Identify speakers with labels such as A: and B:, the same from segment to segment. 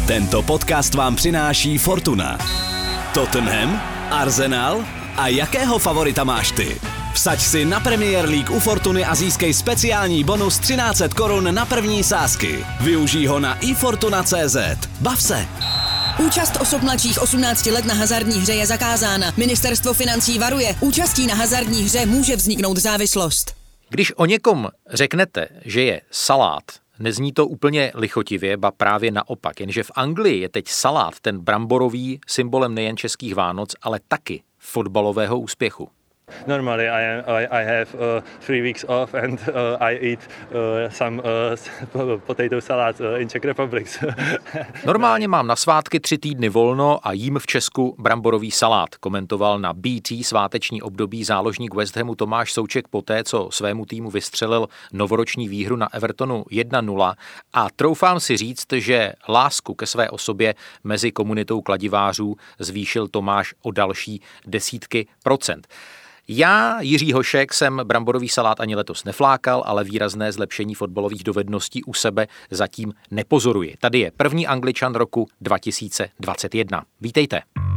A: Tento podcast vám přináší Fortuna. Tottenham, Arsenal a jakého favorita máš ty? Vsaď si na Premier League u Fortuny a získej speciální bonus 1300 korun na první sázky. Využij ho na ifortuna.cz. Bav se!
B: Účast osob mladších 18 let na hazardní hře je zakázána. Ministerstvo financí varuje, účastí na hazardní hře může vzniknout závislost.
C: Když o někom řeknete, že je salát, nezní to úplně lichotivě, ba právě naopak, jenže v Anglii je teď salát ten bramborový symbolem nejen českých Vánoc, ale taky fotbalového úspěchu.
D: Normally I have 3 weeks off and I eat some potato salad in Czech Republic.
C: Normálně mám na svátky 3 týdny volno a jím v Česku bramborový salát, komentoval na BT sváteční období záložník West Hamu Tomáš Souček poté, co svému týmu vystřelil novoroční výhru na Evertonu 1-0 a troufám si říct, že lásku ke své osobě mezi komunitou kladivářů zvýšil Tomáš o další desítky procent. Já, Jiří Hošek, jsem bramborový salát ani letos neflákal, ale výrazné zlepšení fotbalových dovedností u sebe zatím nepozoruji. Tady je první Angličan roku 2021. Vítejte.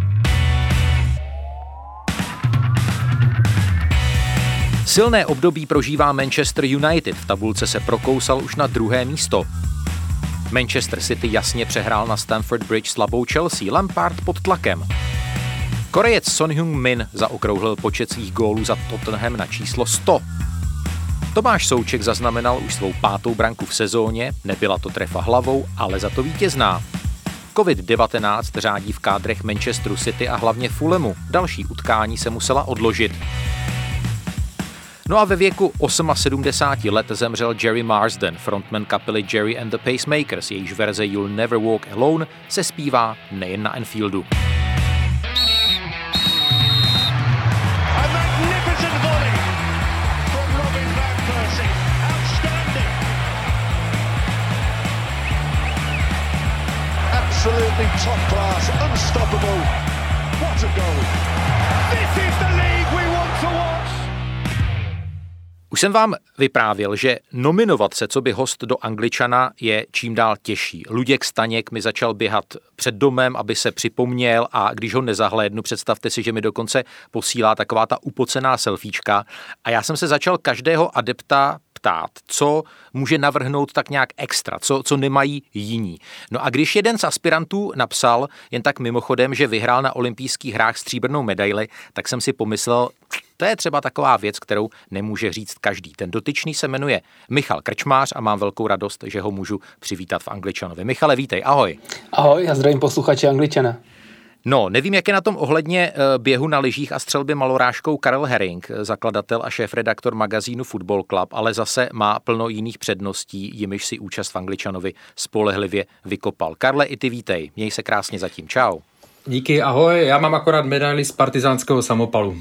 C: Silné období prožívá Manchester United. V tabulce se prokousal už na 2. místo. Manchester City jasně přehrál na Stamford Bridge slabou Chelsea. Lampard pod tlakem. Korejec Son Heung-min zaokrouhlil počet svých gólů za Tottenham na číslo 100. Tomáš Souček zaznamenal už svou 5. branku v sezóně, nebyla to trefa hlavou, ale za to vítězná. COVID-19 řádí v kádrech Manchesteru City a hlavně Fulhamu. Další utkání se musela odložit. No a ve věku 78 let zemřel Jerry Marsden, frontman kapely Jerry and the Pacemakers, jejíž verze You'll Never Walk Alone se zpívá nejen na Anfieldu.
E: Absolutely top class, unstoppable. What a goal. This is the league we want to watch.
C: Už jsem vám vyprávěl, že nominovat se co by host do Angličana je čím dál těžší. Luděk Staněk mi začal běhat před domem, aby se připomněl a když ho nezahlédnu, představte si, že mi dokonce posílá taková ta upocená selfiečka a já jsem se začal každého adepta ptát, co může navrhnout tak nějak extra, co nemají jiní. No a když jeden z aspirantů napsal jen tak mimochodem, že vyhrál na olympijských hrách stříbrnou medaili, tak jsem si pomyslel, to je třeba taková věc, kterou nemůže říct každý. Ten dotyčný se jmenuje Michal Krčmář a mám velkou radost, že ho můžu přivítat v Angličanovi. Michale, vítej, ahoj.
F: Ahoj, já zdravím posluchače Angličana.
C: No, nevím, jak je na tom ohledně běhu na lyžích a střelby malorážkou Karel Herring, zakladatel a šéfredaktor magazínu Football Club, ale zase má plno jiných předností, jimiž si účast v Angličanovi spolehlivě vykopal. Karle, i ty vítej, měj se krásně zatím, čau.
G: Díky, ahoj, já mám akorát medaili z partizánského samopalu.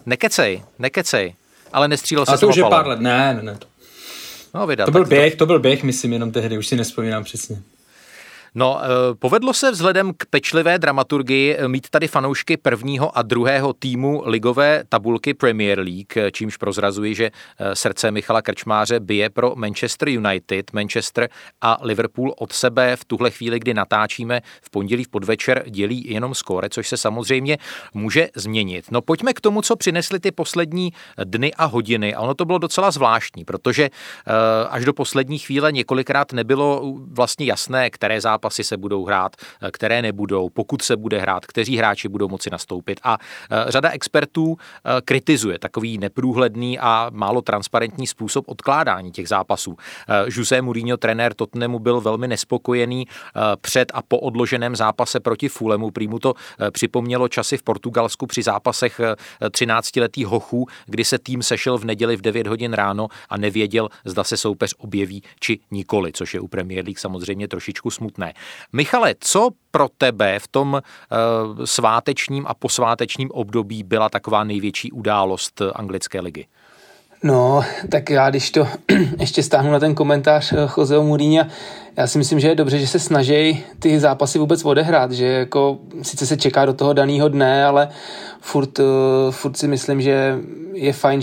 C: Nekecej, ale nestřílel se
G: samopalem. A to už je pár let, ne.
C: No, vydat,
G: to byl běh, myslím, jenom tehdy, už si nevzpomínám přesně.
C: No, povedlo se vzhledem k pečlivé dramaturgii mít tady fanoušky prvního a druhého týmu ligové tabulky Premier League, čímž prozrazuji, že srdce Michala Krčmáře bije pro Manchester United. Manchester a Liverpool od sebe v tuhle chvíli, kdy natáčíme v pondělí v podvečer, dělí jenom skóre, což se samozřejmě může změnit. No, pojďme k tomu, co přinesly ty poslední dny a hodiny. A ono to bylo docela zvláštní, protože až do poslední chvíle několikrát nebylo vlastně jasné, které zápasy se budou hrát, které nebudou, pokud se bude hrát, kteří hráči budou moci nastoupit. A řada expertů kritizuje takový neprůhledný a málo transparentní způsob odkládání těch zápasů. José Mourinho, trenér Tottenhamu, byl velmi nespokojený před a po odloženém zápase proti Fulhamu. Prý mu to připomnělo časy v Portugalsku při zápasech 13letých hochů, kdy se tým sešel v neděli v 9 hodin ráno a nevěděl, zda se soupeř objeví či nikoli, což je u Premier League samozřejmě trošičku smutné. Michale, co pro tebe v tom svátečním a posvátečním období byla taková největší událost anglické ligy?
F: No, tak já když to ještě stáhnu na ten komentář Joseho Mourinha, já si myslím, že je dobře, že se snaží ty zápasy vůbec odehrát, že jako sice se čeká do toho daného dne, ale furt si myslím, že je fajn, že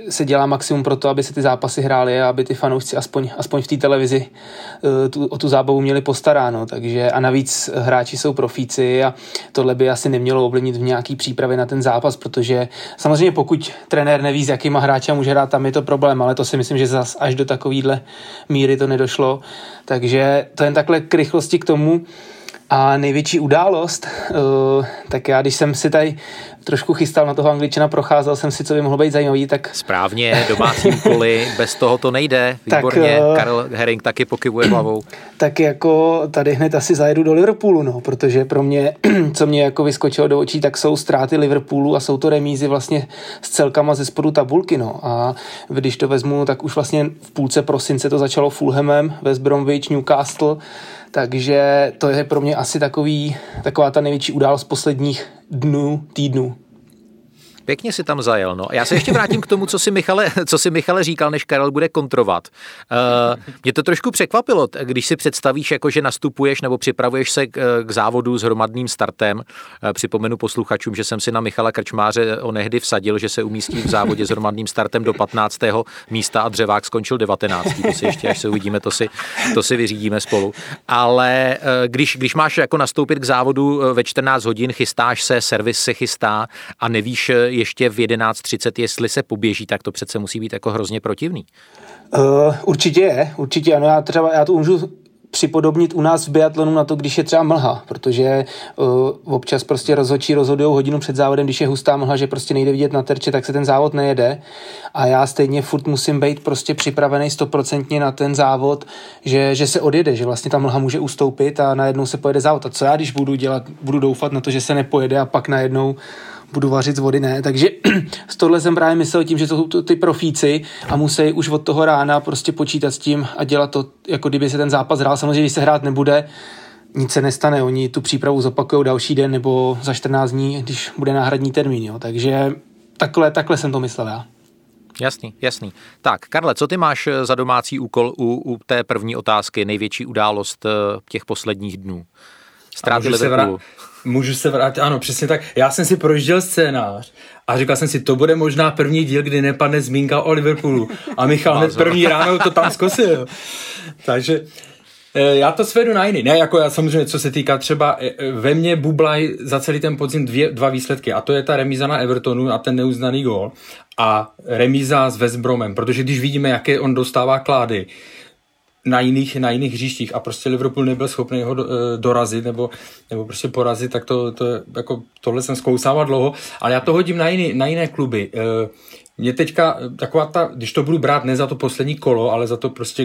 F: se dělá maximum pro to, aby se ty zápasy hrály a aby ty fanoušci aspoň v té televizi o tu zábavu měli postaráno. Takže a navíc hráči jsou profíci a tohle by asi nemělo ovlivnit v nějaký přípravě na ten zápas, protože samozřejmě pokud trenér neví, s jakýma hráči může hrát, tam je to problém, ale to si myslím, že zas až do takovýhle míry to nedošlo. Takže to jen takhle k rychlosti k tomu. A největší událost, tak já, když jsem si tady trošku chystal na toho Angličana, procházel jsem si, co by mohlo být zajímavý, tak...
C: Správně, domácím koli, bez toho to nejde, výborně, Karel Herring taky pokyvuje hlavou. Tak
F: jako tady hned asi zajedu do Liverpoolu, no, protože pro mě, co mě jako vyskočilo do očí, tak jsou ztráty Liverpoolu a jsou to remízy vlastně s celkama ze spodu tabulky, no, a když to vezmu, tak už vlastně v půlce prosince to začalo Fulhamem, West Bromwich, Newcastle, takže to je pro mě asi taková ta největší událost posledních týdnů.
C: Pěkně si tam zajel, no. Já se ještě vrátím k tomu, co si Michale říkal, než Karel bude kontrovat. Mě to trošku překvapilo, když si představíš, jako že nastupuješ nebo připravuješ se k závodu s hromadným startem. Připomenu posluchačům, že jsem si na Michala Krčmáře onehdy vsadil, že se umístí v závodě s hromadným startem do 15. místa a Dřevák skončil 19. To si ještě, až se uvidíme, to si vyřídíme spolu. Ale když máš jako nastoupit k závodu ve 14 hodin, chystáš se, servis se chystá a nevíš ještě v 11:30, jestli se poběží, tak to přece musí být jako hrozně protivný.
F: Určitě ano, já to můžu připodobnit u nás v biatlonu na to, když je třeba mlha, protože občas prostě rozhodčí rozhodujou hodinu před závodem, když je hustá mlha, že prostě nejde vidět na terče, tak se ten závod nejede a já stejně furt musím být prostě připravený 100% na ten závod, že se odjede, že vlastně ta mlha může ustoupit a najednou se pojede závod. A co já, když budu doufat na to, že se nepojede a pak najednou budu vařit z vody, ne. Takže z tohle jsem právě myslel tím, že to jsou ty profíci a musí už od toho rána prostě počítat s tím a dělat to, jako kdyby se ten zápas hrál. Samozřejmě, když se hrát nebude, nic se nestane. Oni tu přípravu zopakujou další den nebo za 14 dní, když bude náhradní termín. Jo. Takže takhle jsem to myslel já.
C: Jasný. Tak, Karle, co ty máš za domácí úkol u té první otázky, největší událost těch posledních dnů? Ztráty Liverpoolu.
G: Můžu se vrátit, ano, přesně tak. Já jsem si projížděl scénář a říkal jsem si, to bude možná první díl, kdy nepadne zmínka o Liverpoolu. A Michal hned první ráno to tam zkusil. Takže já to svedu na jiný. Ne, jako já samozřejmě, co se týká třeba, ve mně bublají za celý ten podzim dva výsledky. A to je ta remíza na Evertonu a ten neuznaný gól. A remíza s West Bromem, protože když vidíme, jaké on dostává klády na jiných hřištích a prostě Liverpool nebyl schopný ho dorazit nebo prostě porazit, tak to jako tohle jsem zkousával dlouho, ale já to hodím na jiné kluby. Mě teďka taková když to budu brát ne za to poslední kolo, ale za to prostě,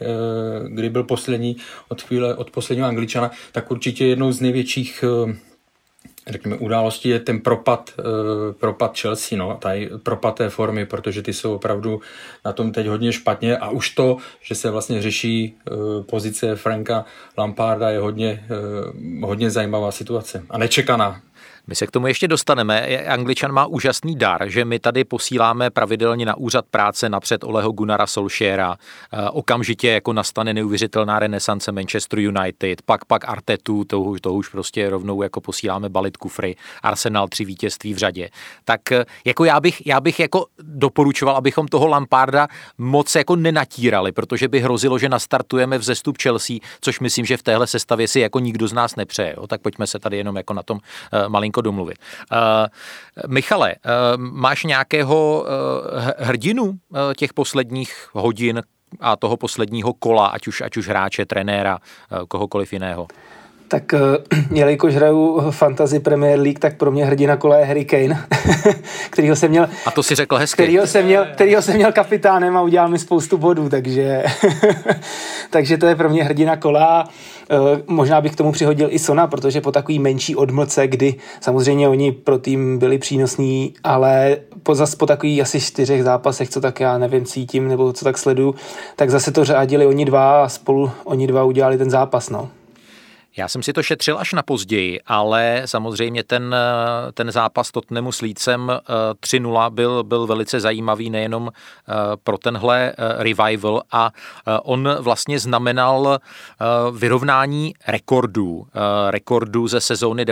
G: kdy byl poslední od posledního Angličana, tak určitě jednou z největších řekněme, událostí je ten propad Chelsea, no, tady propad té formy, protože ty jsou opravdu na tom teď hodně špatně a už to, že se vlastně řeší pozice Franka Lamparda je hodně zajímavá situace a nečekaná.
C: My se k tomu ještě dostaneme. Angličan má úžasný dar, že my tady posíláme pravidelně na úřad práce napřed Oleho Gunnara Solskjaera. Okamžitě jako nastane neuvěřitelná renesance Manchester United, pak Artetu, to už prostě rovnou jako posíláme balit kufry, Arsenal 3 vítězství v řadě. Tak jako já bych jako doporučoval, abychom toho Lamparda moc jako nenatírali, protože by hrozilo, že nastartujeme vzestup Chelsea, což myslím, že v téhle sestavě si jako nikdo z nás nepřeje. Jo? Tak pojďme se tady jenom jako na tom malinko domluvit. Michale, máš nějakého hrdinu těch posledních hodin a toho posledního kola, ať už hráče, trenéra, kohokoliv jiného?
F: Tak jelikož hraju Fantasy Premier League, tak pro mě hrdina kola je Harry Kane, kterýho jsem měl...
C: A to si řekl hezky.
F: Kterýho jsem měl kapitánem a udělal mi spoustu bodů, takže to je pro mě hrdina kola. Možná bych k tomu přihodil i Sona, protože po takový menší odmlce, kdy samozřejmě oni pro tým byli přínosní, ale po takový asi 4 zápasech, co tak já nevím, cítím, nebo co tak sleduju, tak zase to řádili oni dva a spolu oni dva udělali ten zápas, no.
C: Já jsem si to šetřil až na později, ale samozřejmě ten zápas Tottenhamu s Leedsem 3-0 byl velice zajímavý nejenom pro tenhle revival a on vlastně znamenal vyrovnání rekordů ze sezóny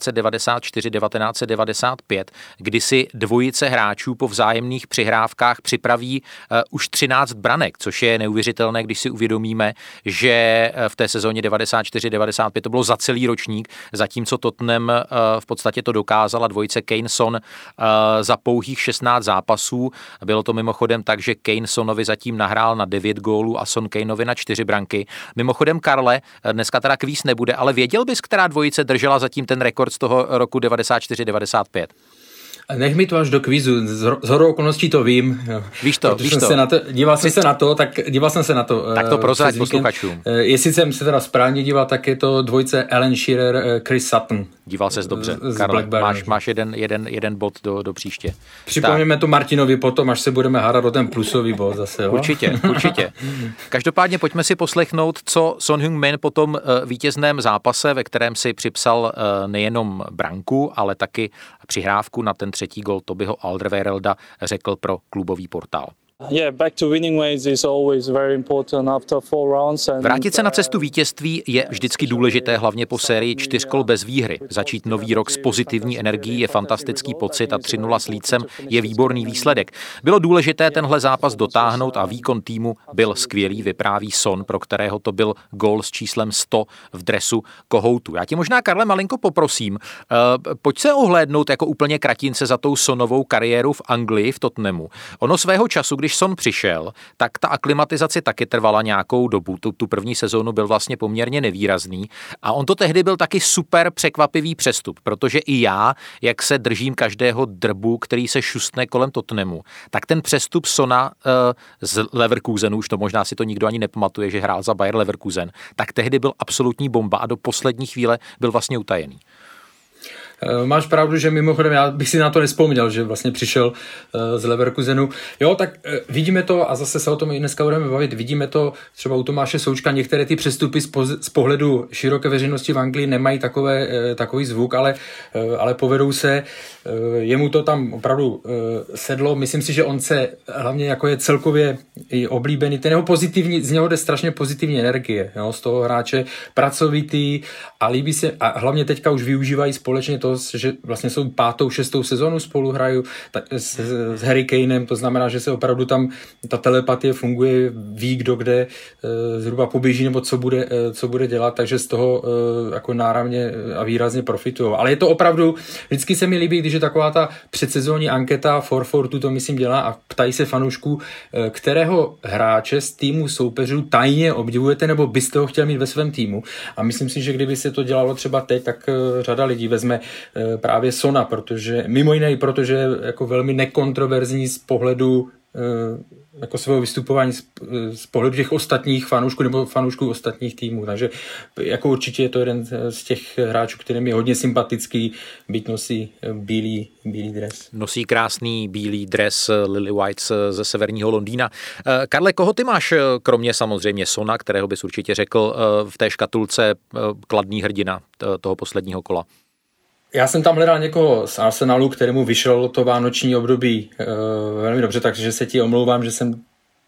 C: 1994-1995, kdy si dvojice hráčů po vzájemných přihrávkách připraví už 13 branek, což je neuvěřitelné, když si uvědomíme, že v té sezóně 94-95 to bylo za celý ročník, zatímco Tottenham v podstatě to dokázala dvojice Kane-Son za pouhých 16 zápasů. Bylo to mimochodem tak, že Kane Sonovi zatím nahrál na 9 gólů a Son Kaneovi na 4 branky. Mimochodem, Karle, dneska teda kvíz nebude, ale věděl bys, která dvojice držela zatím ten rekord z toho roku 94-95?
G: Nech mi to až do kvízu, z hodou okolností to vím.
C: Víš to.
G: Díval jsem se na to.
C: Tak to prozrať posluchačům.
G: Jestli jsem se teda správně díval, tak je to dvojce Alan Shearer, Chris Sutton.
C: Díval ses dobře, Karle, máš jeden bod do příště.
G: Připomeňme to Martinovi potom, až se budeme hádat o ten plusový bod zase. Jo?
C: Určitě. Každopádně pojďme si poslechnout, co Son Heung-min po tom vítězném zápase, ve kterém si připsal nejenom branku, ale taky přihrávku na ten třetí gol Tobyho Alderweirelda, řekl pro klubový portál. Vrátit se na cestu vítězství je vždycky důležité, hlavně po sérii 4 kol bez výhry. Začít nový rok s pozitivní energií je fantastický pocit a 3-0 s Leedsem je výborný výsledek. Bylo důležité tenhle zápas dotáhnout a výkon týmu byl skvělý, vypráví Son, pro kterého to byl gól s číslem 100 v dresu kohoutu. Já tě možná, Karle, malinko poprosím, pojď se ohlédnout jako úplně kratince za tou Sonovou kariéru v Anglii, v Tottenhamu. Ono svého času, když Son přišel, tak ta aklimatizace taky trvala nějakou dobu. Tu první sezónu byl vlastně poměrně nevýrazný a on to tehdy byl taky super překvapivý přestup, protože i já, jak se držím každého drbu, který se šustne kolem Tottenhamu, tak ten přestup Sona z Leverkusenu, už to možná si to nikdo ani nepamatuje, že hrál za Bayer Leverkusen, tak tehdy byl absolutní bomba a do poslední chvíle byl vlastně utajený.
G: Máš pravdu, že mimochodem já bych si na to nevzpomněl, že vlastně přišel z Leverkusenu. Jo, tak vidíme to a zase se o tom i dneska budeme bavit. Vidíme to třeba u Tomáše Součka, některé ty přestupy z pohledu široké veřejnosti v Anglii nemají takový zvuk, ale povedou se. Jemu to tam opravdu sedlo. Myslím si, že on se hlavně jako je celkově i oblíbený. Ten jeho pozitivní, z něho jde strašně pozitivní energie, jo, z toho hráče, pracovitý a líbí se a hlavně teďka už využívají společně to, že vlastně jsou 5., 6. sezonu spolu hrají s Harry Kanem, to znamená, že se opravdu tam ta telepatie funguje, ví kdo kde zhruba poběží nebo co bude dělat, takže z toho jako náramně a výrazně profitují. Ale je to opravdu, vždycky se mi líbí, když je taková ta předsezónní anketa Forfortu to myslím dělá a ptají se fanoušků, kterého hráče z týmu soupeřů tajně obdivujete nebo byste ho chtěl mít ve svém týmu. A myslím si, že kdyby se to dělalo třeba teď, tak řada lidí vezme právě Sona, protože mimo jiné, protože je jako velmi nekontroverzní z pohledu jako svého vystupování z pohledu těch ostatních fanoušků nebo fanoušků ostatních týmů. Takže jako určitě je to jeden z těch hráčů, kterým je hodně sympatický, byť nosí bílý dres.
C: Nosí krásný bílý dres Lily Whites ze severního Londýna. Karle, koho ty máš, kromě samozřejmě Sona, kterého bys určitě řekl v té škatulce kladný hrdina toho posledního kola?
G: Já jsem tam hledal někoho z Arsenalu, kterému vyšel to vánoční období velmi dobře, takže se ti omlouvám, že jsem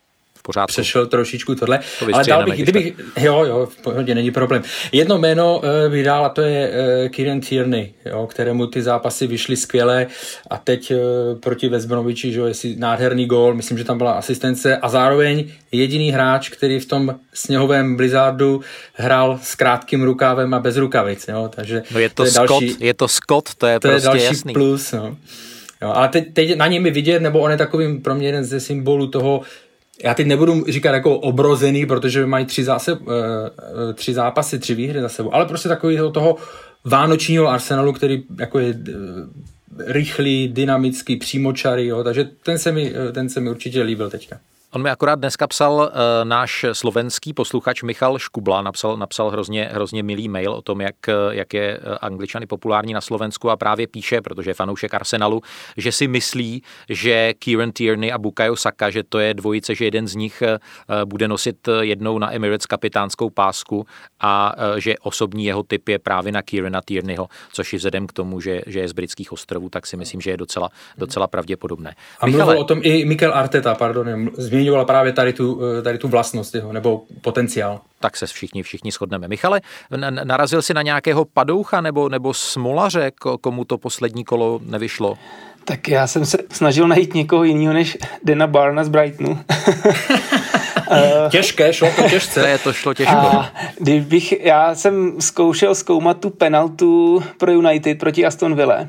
G: přešel trošičku tohle. Ale dal bych, kdybych, jo, v pohodě, není problém. Jedno jméno bych dal a to je Kieran Tierney, jo, kterému ty zápasy vyšly skvěle a teď proti West Bromwichi, že jo, jestli nádherný gól, myslím, že tam byla asistence a zároveň jediný hráč, který v tom sněhovém blizzardu hrál s krátkým rukávem a bez rukavic, jo, takže
C: no je to Scott, to je prostě
G: další
C: jasný.
G: Plus, no. Jo, ale teď na něm vidět, nebo on je takovým pro mě jeden ze symbolů toho. Já teď nebudu říkat jako obrozený, protože mají 3 zápasy, 3 výhry za sebou, ale prostě takového toho vánočního Arsenalu, který jako je rychlý, dynamický, přímočarý, jo, takže ten se mi určitě líbil teďka.
C: On mi akorát dneska psal náš slovenský posluchač Michal Škubla, napsal hrozně milý mail o tom, jak je Angličany populární na Slovensku a právě píše, protože je fanoušek Arsenalu, že si myslí, že Kieran Tierney a Bukayo Saka, že to je dvojice, že jeden z nich bude nosit jednou na Emirates kapitánskou pásku a že osobní jeho typ je právě na Kierana Tierneyho, což i vzhledem k tomu, že je z britských ostrovů, tak si myslím, že je docela pravděpodobné.
G: A mluvil o tom i Mikel Arteta, zmiňoval právě tady tu vlastnost jeho, nebo potenciál.
C: Tak se všichni shodneme. Michale, narazil jsi na nějakého padoucha nebo smolaře, komu to poslední kolo nevyšlo?
F: Tak já jsem se snažil najít někoho jiného než Dana Barna z Brightonu.
G: Těžké, šlo to těžce.
C: To šlo těžko.
F: Já jsem zkoušel zkoumat tu penaltu pro United proti Aston Ville.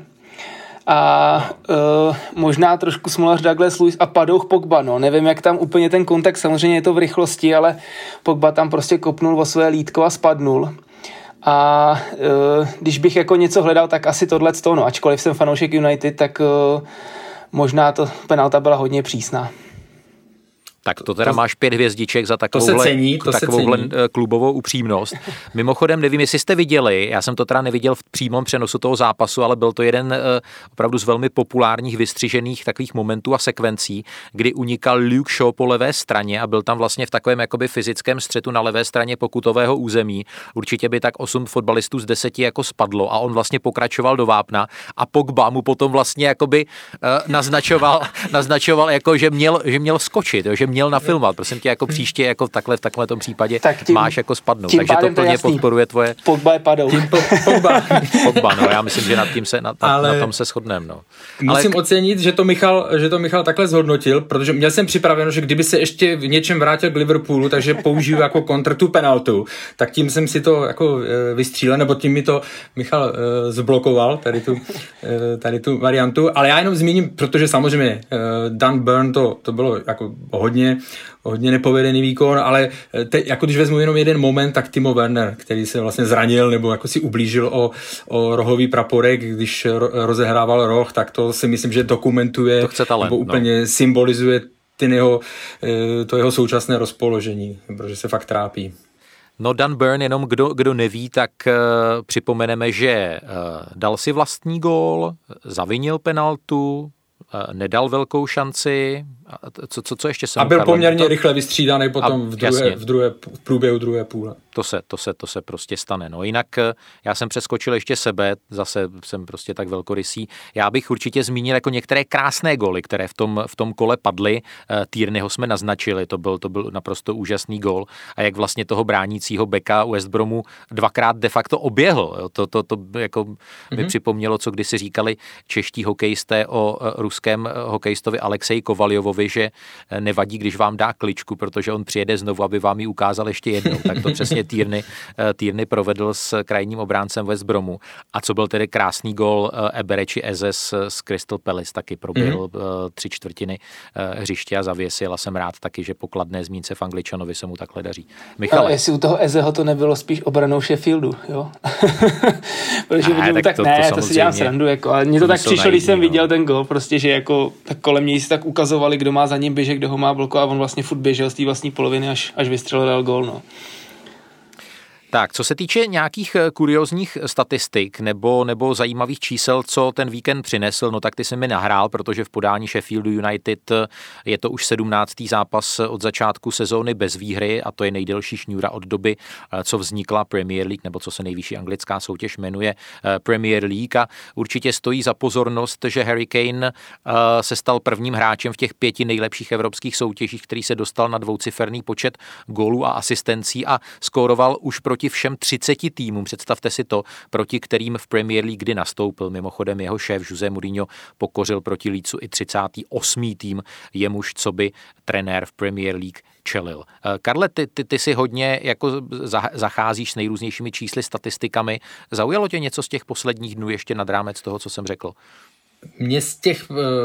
F: A možná trošku smolař Douglas Luiz a padouch Pogba, no. Nevím, jak tam úplně ten kontakt, samozřejmě je to v rychlosti, ale Pogba tam prostě kopnul o své lítko a spadnul. A když bych jako něco hledal, tak asi tohleto, no. Ačkoliv jsem fanoušek United, tak možná to penalta byla hodně přísná.
C: Tak to teda máš 5 hvězdiček za takovouhle klubovou upřímnost. Mimochodem, nevím, jestli jste viděli, já jsem to teda neviděl v přímém přenosu toho zápasu, ale byl to jeden opravdu z velmi populárních vystřižených takových momentů a sekvencí, kdy unikal Luke Shaw po levé straně a byl tam vlastně v takovém jakoby fyzickém střetu na levé straně pokutového území. Určitě by tak 8 fotbalistů z 10 jako spadlo a on vlastně pokračoval do vápna a Pogba mu potom vlastně jakoby naznačoval jako, že měl skočit, že měl nafilmovat. Prosím tě, jako příště, jako v takhle tom případě máš jako spadnout. Takže to plně podporuje tvoje...
F: Pogba je padou.
C: Pogba, no, já myslím, že na tom se shodneme, no.
G: Musím ocenit, že to Michal takhle zhodnotil, protože měl jsem připraveno, že kdyby se ještě v něčem vrátil k Liverpoolu, takže použiju jako kontr tu penaltu, tak tím jsem si to jako vystřílel, nebo tím mi to Michal zblokoval, tady tu variantu, ale já jenom zmíním, protože samozřejmě Dan Burn to bylo jako hodně nepovedený výkon, ale jako když vezmu jenom jeden moment, tak Timo Werner, který se vlastně zranil nebo jako si ublížil o rohový praporek, když rozehrával roh, tak to si myslím, že dokumentuje nebo úplně symbolizuje to jeho současné rozpoložení, protože se fakt trápí.
C: No Dan Burn, jenom kdo neví, tak připomeneme, že dal si vlastní gól, zavinil penaltu, nedal velkou šanci. Co ještě jsem...
G: A byl poměrně rychle vystřídaný potom v průběhu druhé půle.
C: To se prostě stane. No jinak já jsem přeskočil ještě sebe, zase jsem prostě tak velkorysý. Já bych určitě zmínil jako některé krásné góly, které v tom kole padly. Tierneyho jsme naznačili, to byl naprosto úžasný gól. A jak vlastně toho bránícího beka West Bromu dvakrát de facto oběhl. To jako mi připomnělo, co kdysi říkali čeští hokejisté o ruském hokejistovi Alexeji Kovaljovovi, že nevadí, když vám dá kličku, protože on přijede znovu, aby vám ji ukázal ještě jednou. Tak to přesně Tierney provedl s krajním obráncem West Bromu. A co byl tedy krásný gól Eberechi Eze z Crystal Palace, taky proběhl 3/4 hřiště a zavěsil a jsem rád taky, že po kladné zmínce v Angličanovi se mu takhle daří. Michale.
F: A jestli u toho Ezeho to nebylo spíš obranou Sheffieldu, jo? Protože to si dělám srandu, jako, ale mně to tak přišlo, když jsem viděl ten gól, prostě, že jako tak kolem něj si tak ukazovali, kdo má za ním běžet, kdo ho má bloko a on vlastně furt běžel z té vlastní poloviny, až vystřelil gól, no.
C: Tak, co se týče nějakých kuriózních statistik nebo zajímavých čísel, co ten víkend přinesl, no tak ty jsi mi nahrál, protože v podání Sheffieldu United je to už 17. zápas od začátku sezóny bez výhry a to je nejdelší šňůra od doby, co vznikla Premier League, nebo co se nejvyšší anglická soutěž jmenuje Premier League a určitě stojí za pozornost, že Harry Kane se stal prvním hráčem v těch 5 nejlepších evropských soutěžích, který se dostal na dvouciferný počet gólů a asistencí a skóroval už proti všem 30 týmům. Představte si to, proti kterým v Premier League kdy nastoupil. Mimochodem jeho šéf Jose Mourinho pokořil proti Leedsu i 38. tým, jemuž co by trenér v Premier League čelil. Karle, ty si hodně jako zacházíš s nejrůznějšími čísly, statistikami. Zaujalo tě něco z těch posledních dnů ještě nad rámec toho, co jsem řekl?
G: Mě z těch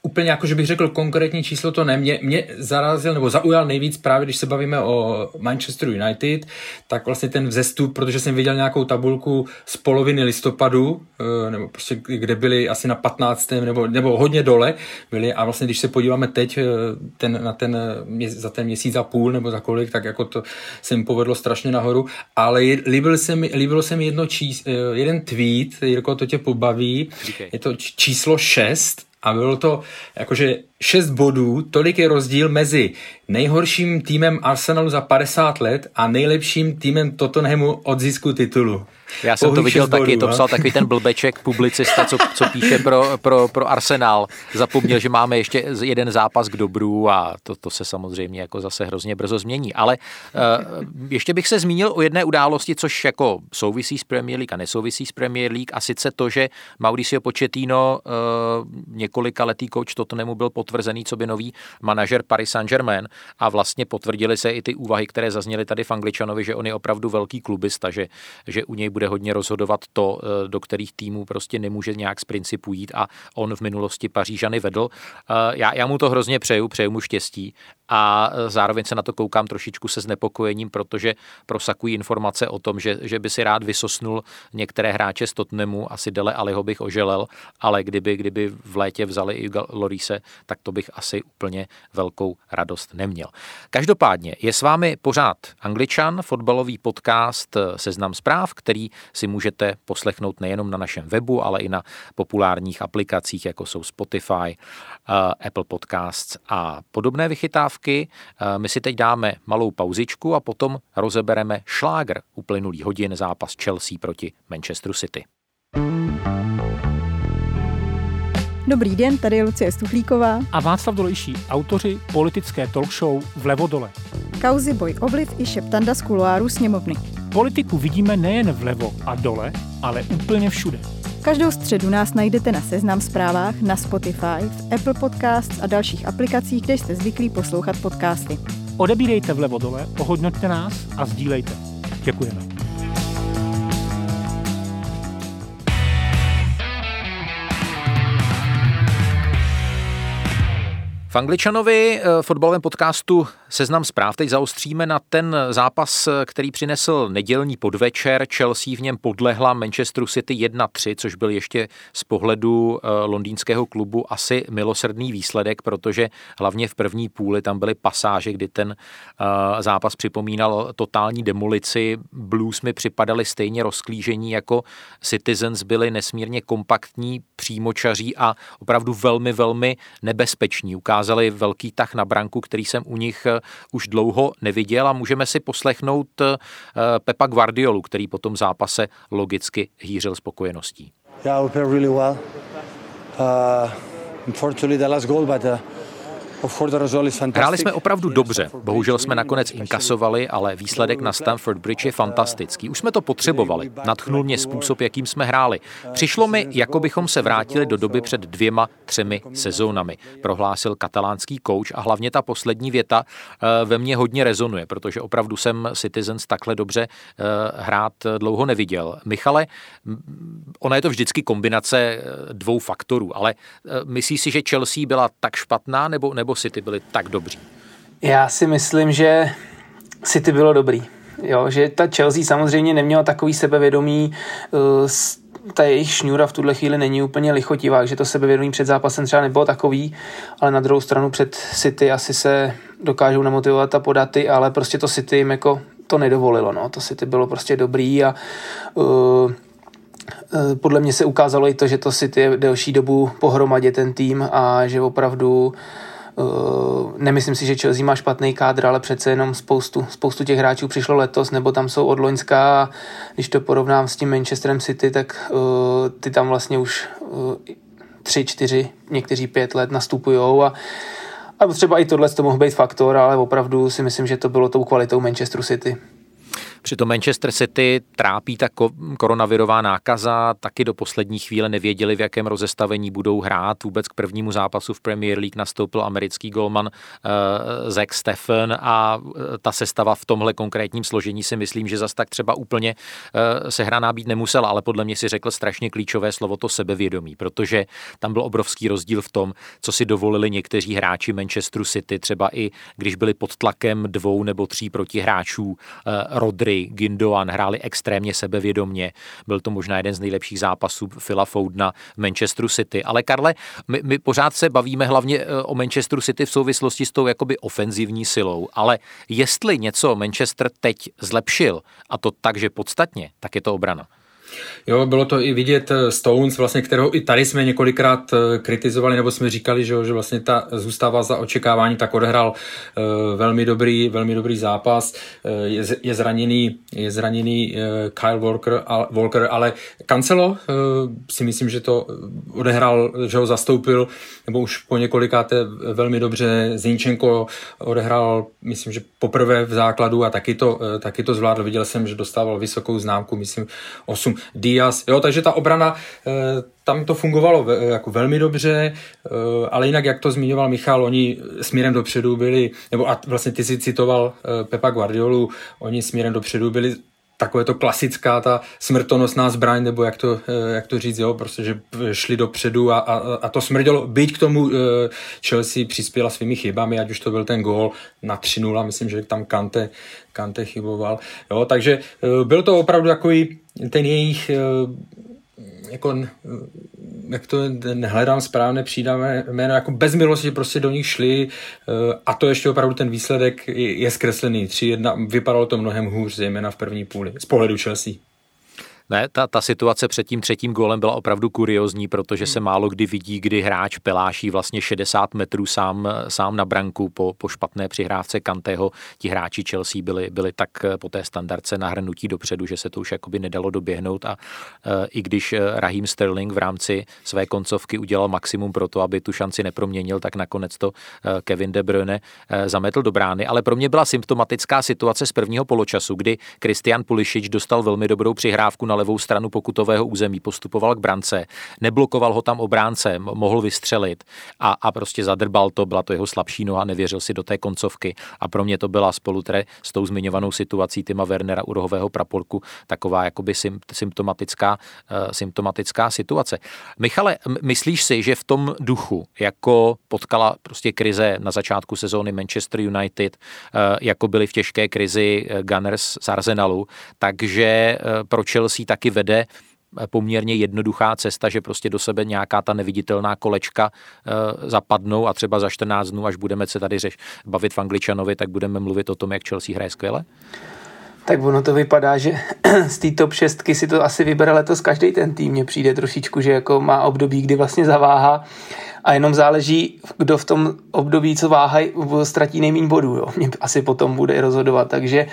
G: úplně jako, že bych řekl konkrétní číslo, to ne. Mě zarazil nebo zaujal nejvíc právě, když se bavíme o Manchester United, tak vlastně ten vzestup, protože jsem viděl nějakou tabulku z poloviny listopadu, nebo prostě kde byli asi na 15. nebo hodně dole byli a vlastně když se podíváme teď za ten měsíc a půl nebo za kolik, tak jako to se mi povedlo strašně nahoru, ale líbilo se mi jeden tweet, Jirko, to tě pobaví, je to číslo 6 a bylo to jakože 6 bodů, tolik je rozdíl mezi nejhorším týmem Arsenalu za 50 let a nejlepším týmem Tottenhamu od zisku titulu.
C: Já jsem to viděl taky, to psal takový ten blbeček, publicista, co píše pro Arsenal. Zapomněl, že máme ještě jeden zápas k dobru a to se samozřejmě jako zase hrozně brzo změní. Ale ještě bych se zmínil o jedné události, což jako souvisí s Premier League a nesouvisí s Premier League, a sice to, že Mauricio Pochettino, několikaletý coach Tottenhamu, byl potvrzený co by nový manažer Paris Saint-Germain a vlastně potvrdili se i ty úvahy, které zazněly tady v Angličanovi, že on je opravdu velký klubista, že u něj bude hodně rozhodovat to, do kterých týmů prostě nemůže nějak z principu jít a on v minulosti Pařížany vedl. Já mu to hrozně přeju mu štěstí a zároveň se na to koukám trošičku se znepokojením, protože prosakují informace o tom, že by si rád vysosnul některé hráče z Tottenhamu, asi Dele Alliho bych oželel, ale kdyby v létě vzali i Lorise, tak to bych asi úplně velkou radost neměl. Každopádně je s vámi pořád Angličan, fotbalový podcast Seznam zpráv, který si můžete poslechnout nejenom na našem webu, ale i na populárních aplikacích, jako jsou Spotify, Apple Podcasts a podobné vychytávky. My si teď dáme malou pauzičku a potom rozebereme šlágr uplynulý hodin, zápas Chelsea proti Manchesteru City.
H: Dobrý den, tady je Lucie Stuchlíková
I: a Václav Dolejší, autoři politické talk show Vlevo dole.
H: Kauzy, boj, ovliv i šeptanda z kuloáru sněmovny.
I: Politiku vidíme nejen vlevo a dole, ale úplně všude.
H: Každou středu nás najdete na Seznam zprávách, na Spotify, v Apple Podcasts a dalších aplikacích, kde jste zvyklí poslouchat podcasty.
I: Odebírejte Vlevo dole, ohodnoťte nás a sdílejte. Děkujeme.
C: V Angličanovi fotbalovém podcastu Seznam zpráv teď zaostříme na ten zápas, který přinesl nedělní podvečer. Chelsea v něm podlehla Manchesteru City 1-3, což byl ještě z pohledu londýnského klubu asi milosrdný výsledek, protože hlavně v první půli tam byly pasáže, kdy ten zápas připomínal totální demolici. Blues mi připadali stejně rozklížení jako Citizens, byli nesmírně kompaktní, přímočaří a opravdu velmi, velmi nebezpeční. Ukázali velký tah na branku, který jsem u nich už dlouho neviděl, a můžeme si poslechnout Pepa Guardiolu, který po tom zápase logicky hýřil spokojeností.
J: Yeah, we played really well. Unfortunately the last goal, but
C: hráli jsme opravdu dobře, bohužel jsme nakonec inkasovali, ale výsledek na Stamford Bridge je fantastický. Už jsme to potřebovali, nadchnul mě způsob, jakým jsme hráli. Přišlo mi, jako bychom se vrátili do doby před 2-3 sezónami, prohlásil katalánský kouč, a hlavně ta poslední věta ve mně hodně rezonuje, protože opravdu jsem Citizens takhle dobře hrát dlouho neviděl. Michale, ona je to vždycky kombinace dvou faktorů, ale myslíš si, že Chelsea byla tak špatná, nebo City byli tak dobří?
F: Já si myslím, že City bylo dobrý. Jo, že ta Chelsea samozřejmě neměla takový sebevědomí, ta jejich šňůra v tuhle chvíli není úplně lichotivá, že to sebevědomí před zápasem třeba nebylo takový, ale na druhou stranu před City asi se dokážou namotivovat a podaty, ale prostě to City jim jako to nedovolilo. No. To City bylo prostě dobrý a podle mě se ukázalo i to, že to City je delší dobu pohromadě ten tým a že opravdu nemyslím si, že Chelsea má špatný kádr, ale přece jenom spoustu těch hráčů přišlo letos, nebo tam jsou od loňska, a když to porovnám s tím Manchesterem City, tak ty tam vlastně už 3, 4, někteří 5 let nastupujou a třeba i tohle to mohl být faktor, ale opravdu si myslím, že to bylo tou kvalitou Manchesteru City.
C: Přitom Manchester City trápí ta koronavirová nákaza, taky do poslední chvíle nevěděli, v jakém rozestavení budou hrát. Vůbec k prvnímu zápasu v Premier League nastoupil americký golman Zach Steffen a ta sestava v tomhle konkrétním složení si myslím, že zas tak třeba úplně sehraná být nemusela, ale podle mě si řekl strašně klíčové slovo to sebevědomí, protože tam byl obrovský rozdíl v tom, co si dovolili někteří hráči Manchesteru City, třeba i když byli pod tlakem 2 nebo 3 protihráčů, Rodri, Gündoğan hráli extrémně sebevědomně. Byl to možná jeden z nejlepších zápasů Phila Foudena v Manchesteru City. Ale Karle, my pořád se bavíme hlavně o Manchesteru City v souvislosti s tou jakoby ofenzivní silou, ale jestli něco Manchester teď zlepšil, a to tak, že podstatně, tak je to obrana.
G: Jo, bylo to i vidět Stones, vlastně, kterého i tady jsme několikrát kritizovali, nebo jsme říkali, že vlastně ta zůstává za očekávání, tak odehrál velmi dobrý zápas. Je zraněný Kyle Walker, ale Cancelo si myslím, že to odehrál, že ho zastoupil, nebo už po několikáté velmi dobře. Zinchenko odehrál, myslím, že poprvé v základu a taky to zvládl. Viděl jsem, že dostával vysokou známku, myslím 8. Diaz, jo, takže ta obrana, tam to fungovalo jako velmi dobře, ale jinak, jak to zmiňoval Michal, oni směrem dopředu byli, nebo a vlastně ty si citoval Pepa Guardiolu, oni směrem dopředu byli takové to klasická ta smrtonosná zbraň, nebo jak to říct, jo, prostě, že šli dopředu a to smrdělo. Byť k tomu Chelsea přispěla svými chybami, ať už to byl ten gól na 3-0, myslím, že tam Kante chyboval. Jo, takže byl to opravdu takový ten jejich jak to nehledám správné přídáme jméno, jako bez milosti prostě do nich šli a to ještě opravdu ten výsledek je zkreslený. 3-1, vypadalo to mnohem hůř, zejména v první půli, z pohledu Chelsea.
C: Ne, ta situace před tím 3. gólem byla opravdu kuriózní, protože se málo kdy vidí, kdy hráč peláší vlastně 60 metrů sám na branku po špatné přihrávce Kanteho. Ti hráči Chelsea byli tak po té standardce nahrnutí dopředu, že se to už jakoby nedalo doběhnout a i když Raheem Sterling v rámci své koncovky udělal maximum pro to, aby tu šanci neproměnil, tak nakonec to Kevin De Bruyne zametl do brány, ale pro mě byla symptomatická situace z prvního poločasu, kdy Christian Pulisic dostal velmi dobrou přihrávku na levou stranu pokutového území, postupoval k brance, neblokoval ho tam obránce, mohl vystřelit a prostě zadrbal to, byla to jeho slabší noha, nevěřil si do té koncovky a pro mě to byla spolu s tou zmiňovanou situací Tima Wernera u rohového praporku taková jakoby symptomatická situace. Michale, myslíš si, že v tom duchu, jako potkala prostě krize na začátku sezóny Manchester United, jako byli v těžké krizi Gunners z Arsenalu, takže pro Chelsea taky vede poměrně jednoduchá cesta, že prostě do sebe nějaká ta neviditelná kolečka zapadnou a třeba za 14 dnů, až budeme se tady bavit v Angličanovi, tak budeme mluvit o tom, jak Chelsea hraje skvěle?
F: Tak ono to vypadá, že z té top 6 si to asi vybere letos každý ten tým. Mně přijde trošičku, že jako má období, kdy vlastně zaváhá a jenom záleží, kdo v tom období, co váhají, ztratí nejméně bodů. Jo. Mě asi potom bude rozhodovat, takže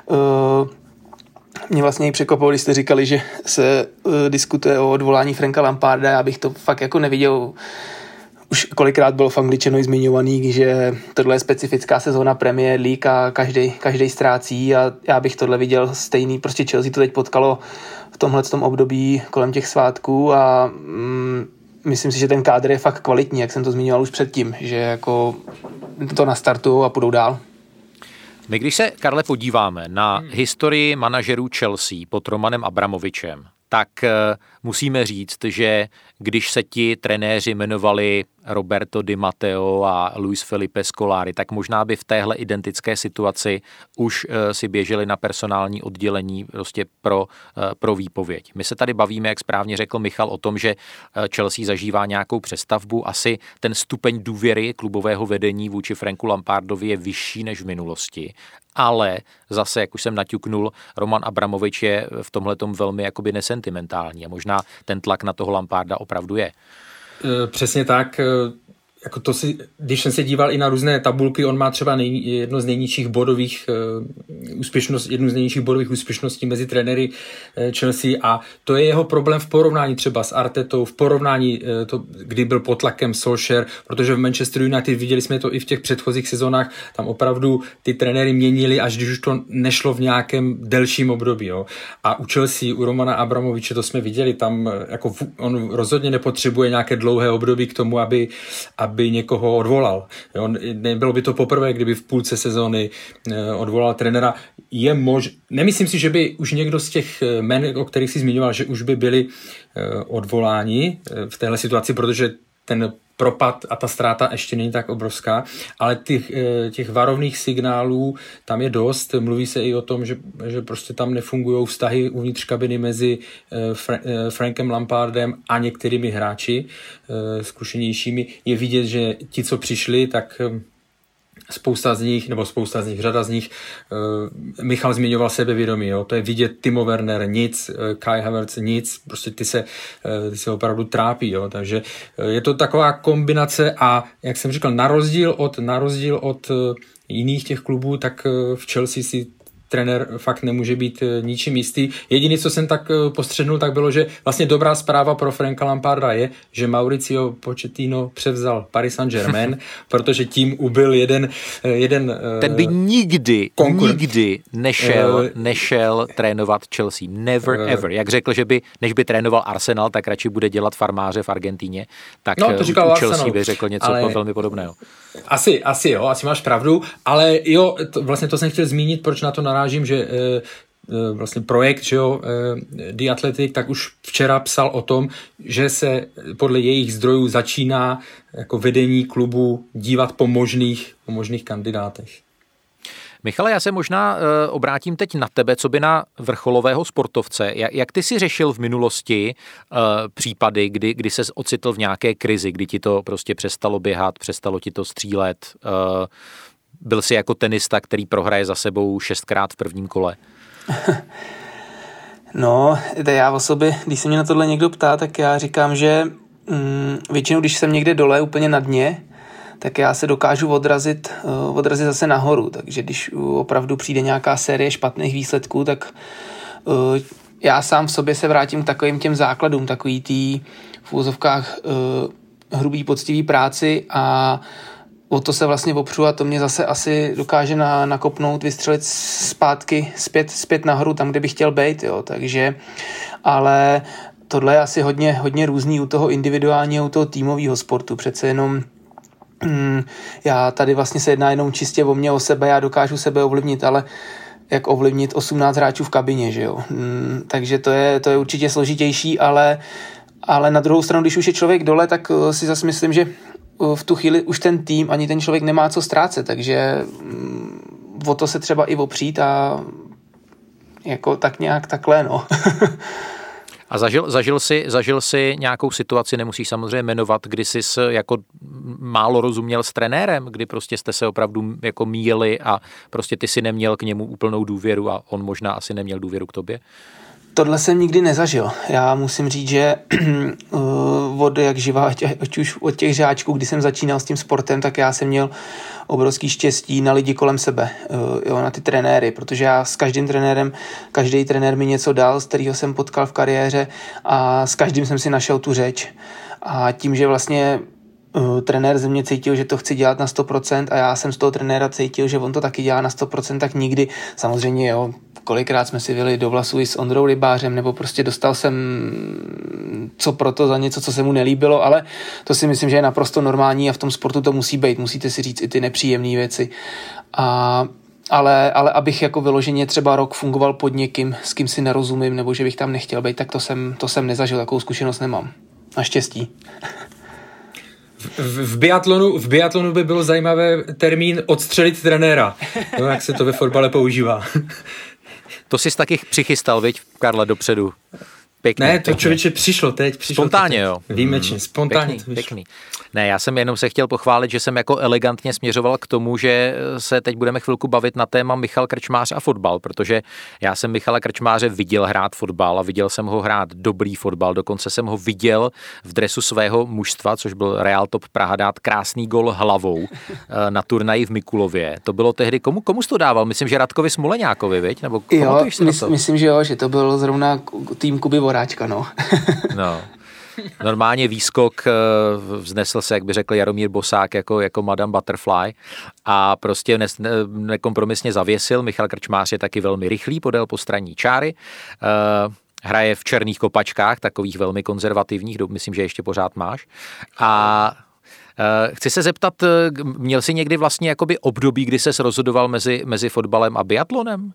F: mě vlastně i překvapilo, když jste říkali, že se diskutuje o odvolání Franka Lamparda, já bych to fakt jako neviděl. Už kolikrát bylo v Angličanovi zmiňovaný, že tohle je specifická sezóna Premier League a každý ztrácí a já bych tohle viděl stejný. Prostě Chelsea to teď potkalo v tomhletom období kolem těch svátků a myslím si, že ten kádr je fakt kvalitní, jak jsem to zmiňoval už předtím, že jako to nastartují a půjdou dál.
C: My když se, Karle, podíváme na historii manažerů Chelsea pod Romanem Abramovičem, tak musíme říct, že když se ti trenéři jmenovali Roberto Di Matteo a Luis Felipe Scolari, tak možná by v téhle identické situaci už si běželi na personální oddělení prostě pro výpověď. My se tady bavíme, jak správně řekl Michal, o tom, že Chelsea zažívá nějakou přestavbu. Asi ten stupeň důvěry klubového vedení vůči Franku Lampardovi je vyšší než v minulosti. Ale zase, jak už jsem naťuknul, Roman Abramovič je v tomhletom velmi jakoby nesentimentální a možná ten tlak na toho Lamparda opravdu je.
G: Přesně tak. jako to si, když jsem se díval i na různé tabulky, on má třeba jednu z nejnižších bodových úspěšností mezi trenéry Chelsea a to je jeho problém v porovnání třeba s Artetou, v porovnání kdy byl pod tlakem Solskjaer, protože v Manchester United viděli jsme to i v těch předchozích sezónách, tam opravdu ty trenéry měnili, až když už to nešlo v nějakém delším období. Jo. A u Chelsea, u Romana Abramoviče to jsme viděli, tam jako on rozhodně nepotřebuje nějaké dlouhé období k tomu, aby někoho odvolal. Jo. Nebylo by to poprvé, kdyby v půlce sezóny odvolal trenéra. Nemyslím si, že by už někdo z těch men, o kterých si zmiňoval, že už by byli odvoláni v téhle situaci, protože ten propad a ta ztráta ještě není tak obrovská, ale těch varovných signálů tam je dost. Mluví se i o tom, že prostě tam nefungují vztahy uvnitř kabiny mezi Frankem Lampardem a některými hráči zkušenějšími. Je vidět, že ti, co přišli, tak řada z nich, Michal zmiňoval sebevědomí, jo? To je vidět, Timo Werner nic, Kai Havertz nic, prostě ty se opravdu trápí, jo? Takže je to taková kombinace a jak jsem říkal, na rozdíl od jiných těch klubů, tak v Chelsea si trenér fakt nemůže být ničím jistý. Jediné, co jsem tak postřehnul, tak bylo, že vlastně dobrá zpráva pro Franka Lamparda je, že Mauricio Pochettino převzal Paris Saint-Germain, protože tím ubyl jeden
C: ten by nikdy nešel trénovat Chelsea. Never ever. Jak řekl, že než by trénoval Arsenal, tak radši bude dělat farmáře v Argentíně, tak u Chelsea by řekl něco velmi podobného.
G: Asi máš pravdu, ale jo, vlastně to jsem chtěl zmínit, proč na to narážím, že vlastně projekt, že jo, The Athletic, tak už včera psal o tom, že se podle jejich zdrojů začíná jako vedení klubu dívat po možných kandidátech.
C: Michale, já se možná obrátím teď na tebe, co by na vrcholového sportovce. Jak ty si řešil v minulosti případy, kdy ses ocitl v nějaké krizi, kdy ti to prostě přestalo běhat, přestalo ti to střílet? Byl jsi jako tenista, který prohraje za sebou 6krát v prvním kole?
F: No, já o sobě, když se mě na tohle někdo ptá, tak já říkám, že většinou, když jsem někde dole, úplně na dně, tak já se dokážu odrazit zase nahoru. Takže když opravdu přijde nějaká série špatných výsledků, tak já sám v sobě se vrátím k takovým těm základům, takový tý v úvozovkách hrubý poctivý práci a o to se vlastně opřu a to mě zase asi dokáže nakopnout, vystřelit zpátky, zpět nahoru, tam, kde bych chtěl být, jo. Takže, ale tohle je asi hodně různý u toho individuálního, u toho týmového sportu. Přece jenom já tady vlastně se jedná jenom čistě o mě, o sebe, já dokážu sebe ovlivnit, ale jak ovlivnit 18 hráčů v kabině, že jo. Takže to je určitě složitější, ale na druhou stranu, když už je člověk dole, tak si zase myslím, že v tu chvíli už ten tým ani ten člověk nemá co ztrácet, takže o to se třeba i opřít a jako tak nějak takhle, no.
C: A zažil jsi nějakou situaci, nemusíš samozřejmě jmenovat, kdy jsi jako málo rozuměl s trenérem, kdy prostě jste se opravdu jako míjeli a prostě ty si neměl k němu úplnou důvěru a on možná asi neměl důvěru k tobě?
F: Tohle jsem nikdy nezažil. Já musím říct, že od jak živá, ať už od těch žáčků, kdy jsem začínal s tím sportem, tak já jsem měl obrovský štěstí na lidi kolem sebe, na ty trenéry, protože já s každým trenérem, každý trenér mi něco dal, z kterého jsem potkal v kariéře a s každým jsem si našel tu řeč. A tím, že vlastně trenér ze mě cítil, že to chci dělat na 100% a já jsem z toho trenéra cítil, že on to taky dělá na 100%, tak nikdy, samozřejmě jo, kolikrát jsme si vyli do vlasů i s Ondrou Rybářem, nebo prostě dostal jsem co proto za něco, co se mu nelíbilo, ale to si myslím, že je naprosto normální a v tom sportu to musí být, musíte si říct i ty nepříjemné věci. Ale abych jako vyloženě třeba rok fungoval pod někým, s kým si nerozumím, nebo že bych tam nechtěl být, tak to jsem nezažil, takovou zkušenost nemám. Naštěstí.
G: V biatlonu by bylo zajímavé termín odstřelit trenéra. No, jak se to ve fotbale používá.
C: To jsi taky přichystal, viď, Karle, dopředu. Pěkný,
G: ne, to člověče přišlo teď.
C: Spontánně, jo.
G: Výjimečně, spontánně.
C: Pěkný. Ne, já jsem jenom se chtěl pochválit, že jsem jako elegantně směřoval k tomu, že se teď budeme chvilku bavit na téma Michal Krčmář a fotbal, protože já jsem Michala Krčmáře viděl hrát fotbal a viděl jsem ho hrát dobrý fotbal, dokonce jsem ho viděl v dresu svého mužstva, což byl Real Top Praha, dát krásný gol hlavou na turnaji v Mikulově. To bylo tehdy, komu jsi to dával? Myslím, že Radkovi Smoleňákovi, viď? Nebo
F: jo, myslím, že jo, že to byl zrovna tým Kuby Voráčka, no.
C: No. Normálně výskok vznesl se, jak by řekl Jaromír Bosák, jako Madame Butterfly a prostě nekompromisně zavěsil. Michal Krčmář je taky velmi rychlý, podél postranní čáry. Hraje v černých kopačkách, takových velmi konzervativních, myslím, že ještě pořád máš. A chci se zeptat, měl jsi někdy vlastně jakoby období, kdy ses rozhodoval mezi fotbalem a biatlonem?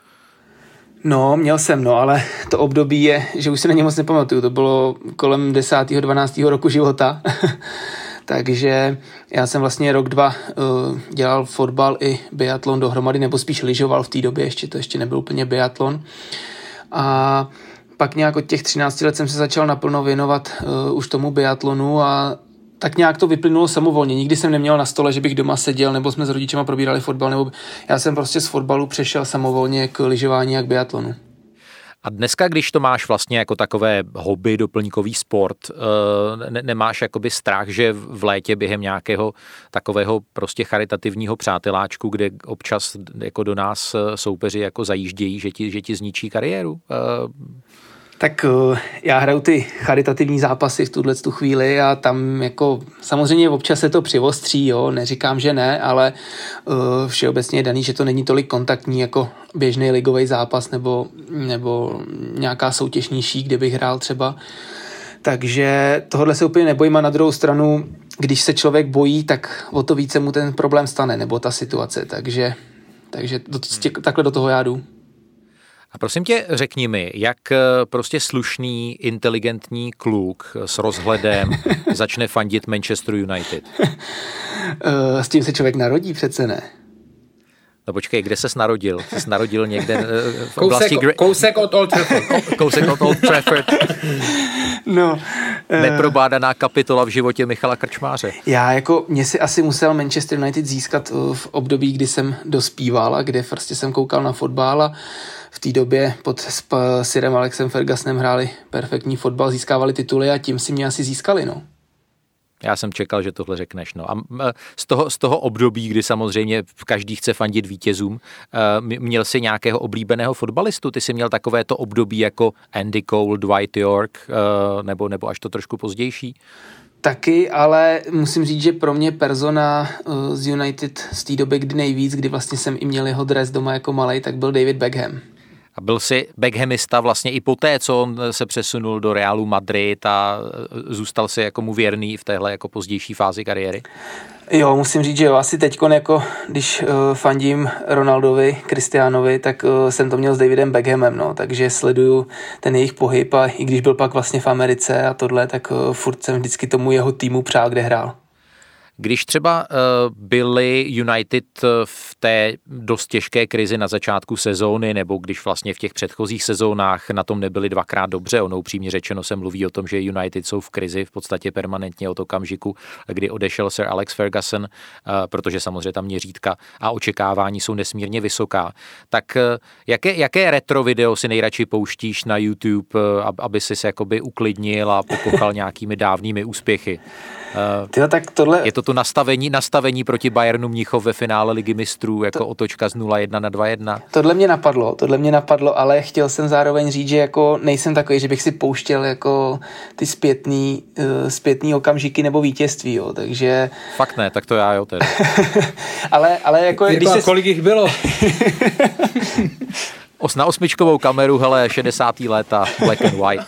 F: No, měl jsem, ale to období je, že už se na ně moc nepamatuju, to bylo kolem 10. 12. roku života, takže já jsem vlastně rok, 2 dělal fotbal i biatlon dohromady, nebo spíš lyžoval v té době, to ještě nebyl úplně biatlon a pak nějak od těch 13 let jsem se začal naplno věnovat už tomu biatlonu a tak nějak to vyplynulo samovolně. Nikdy jsem neměl na stole, že bych doma seděl, nebo jsme s rodičema probírali fotbal, nebo já jsem prostě z fotbalu přešel samovolně k lyžování a k biatlonu.
C: A dneska, když to máš vlastně jako takové hobby, doplňkový sport, nemáš jakoby strach, že v létě během nějakého takového prostě charitativního přáteláčku, kde občas jako do nás soupeři jako zajíždějí, že ti zničí kariéru?
F: Tak já hraju ty charitativní zápasy v tu chvíli a tam jako samozřejmě občas se to přivostří, jo, neříkám, že ne, ale všeobecně je daný, že to není tolik kontaktní jako běžný ligový zápas nebo nějaká soutěžnější, kde bych hrál třeba. Takže tohle se úplně nebojím a na druhou stranu, když se člověk bojí, tak o to více mu ten problém stane, nebo ta situace, takže takhle do toho já jdu.
C: A prosím tě, řekni mi, jak prostě slušný, inteligentní kluk s rozhledem začne fandit Manchester United?
F: S tím se člověk narodí, přece ne?
C: No počkej, kde ses narodil? Ses narodil někde v
G: oblasti... Kousek od Old Trafford.
C: Kousek od Old Trafford.
F: No.
C: Neprobádaná kapitola v životě Michala Krčmáře.
F: Mě si asi musel Manchester United získat v období, kdy jsem dospíval a kde prostě jsem koukal na fotbal a v té době pod Sirem Alexem Fergusonem hráli perfektní fotbal, získávali tituly a tím si mě asi získali, no.
C: Já jsem čekal, že tohle řekneš. No. A z toho období, kdy samozřejmě každý chce fandit vítězům, měl jsi nějakého oblíbeného fotbalistu? Ty jsi měl takové to období jako Andy Cole, Dwight York, nebo až to trošku pozdější?
F: Taky, ale musím říct, že pro mě persona z United z té doby, kdy vlastně jsem i měl jeho dres doma jako malej, tak byl David Beckham.
C: A byl jsi Beckhamista vlastně i poté, co on se přesunul do Realu Madrid a zůstal si jako mu věrný v téhle jako pozdější fázi kariéry?
F: Jo, musím říct, že jo, asi teďkon jako, když fandím Ronaldovi, Cristianovi, tak jsem to měl s Davidem Beckhamem, no, takže sleduju ten jejich pohyb a i když byl pak vlastně v Americe a tohle, tak furt jsem vždycky tomu jeho týmu přál, kde hrál.
C: Když třeba byli United v té dost těžké krizi na začátku sezóny, nebo když vlastně v těch předchozích sezónách na tom nebyli dvakrát dobře, ono upřímně řečeno se mluví o tom, že United jsou v krizi v podstatě permanentně od okamžiku, kdy odešel Sir Alex Ferguson, protože samozřejmě tam měřítka a očekávání jsou nesmírně vysoká. Tak jaké retro video si nejradši pouštíš na YouTube, aby si se jakoby uklidnil a pokochal nějakými dávnými úspěchy?
F: Tak tohle...
C: Je to to nastavení proti Bayernu Mnichov ve finále Ligy mistrů, jako otočka z 0-1 na 2-1.
F: Tohle mě napadlo, ale chtěl jsem zároveň říct, že jako nejsem takový, že bych si pouštěl jako ty zpětný okamžiky nebo vítězství, jo, takže...
C: Fakt ne, tak to já jo tedy.
F: ale jako...
G: Kolik jich bylo?
C: Na 8čkovou kameru, hele, 60. léta, black and white.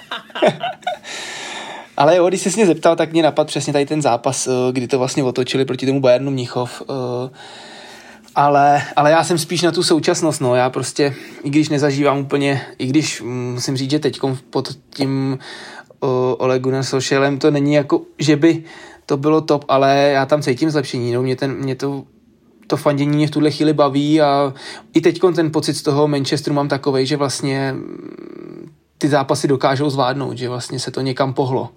F: Ale jo, když jsi mě zeptal, tak mě napadl přesně tady ten zápas, kdy to vlastně otočili proti tomu Bayernu Mnichov. Ale já jsem spíš na tu současnost, no. Já prostě, i když nezažívám úplně, i když musím říct, že teď pod tím Ole Gunnar Solskjaerem to není jako, že by to bylo top, ale já tam cítím zlepšení, no. Mě to fandění mě v tuhle chvíli baví a i teď ten pocit z toho Manchesteru mám takovej, že vlastně ty zápasy dokážou zvládnout, že vlastně se to někam pohlo.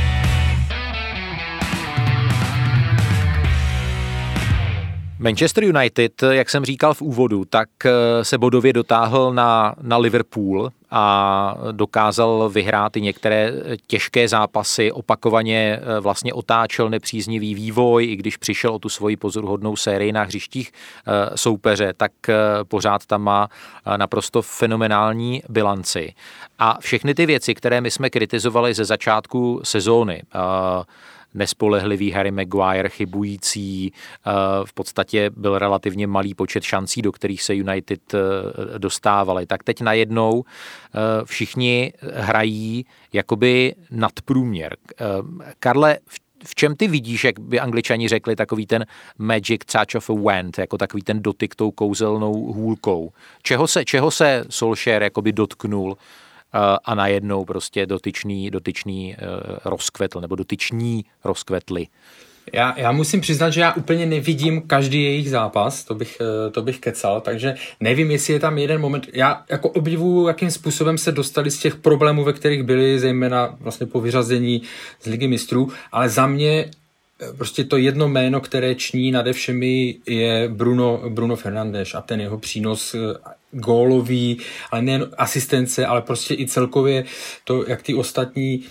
C: Manchester United, jak jsem říkal v úvodu, tak se bodově dotáhl na Liverpool a dokázal vyhrát i některé těžké zápasy, opakovaně vlastně otáčel nepříznivý vývoj, i když přišel o tu svoji pozoruhodnou sérii na hřištích soupeře, tak pořád tam má naprosto fenomenální bilanci. A všechny ty věci, které my jsme kritizovali ze začátku sezóny, nespolehlivý Harry Maguire, chybující, v podstatě byl relativně malý počet šancí, do kterých se United dostávali. Tak teď najednou všichni hrají jakoby nadprůměr. Karle, v čem ty vidíš, jak by Angličani řekli, takový ten magic touch of a wand, jako takový ten dotyk tou kouzelnou hůlkou? Čeho se Solskjaer jakoby dotknul a najednou prostě dotyčný rozkvetl, nebo dotyční rozkvetli?
G: Já musím přiznat, že já úplně nevidím každý jejich zápas, to bych kecal, takže nevím, jestli je tam jeden moment. Já jako obdivuju, jakým způsobem se dostali z těch problémů, ve kterých byli, zejména vlastně po vyřazení z Ligy mistrů, ale za mě prostě to jedno jméno, které ční nade všemi, je Bruno Fernandes a ten jeho přínos gólový, ale nejen asistence, ale prostě i celkově to, jak ty ostatní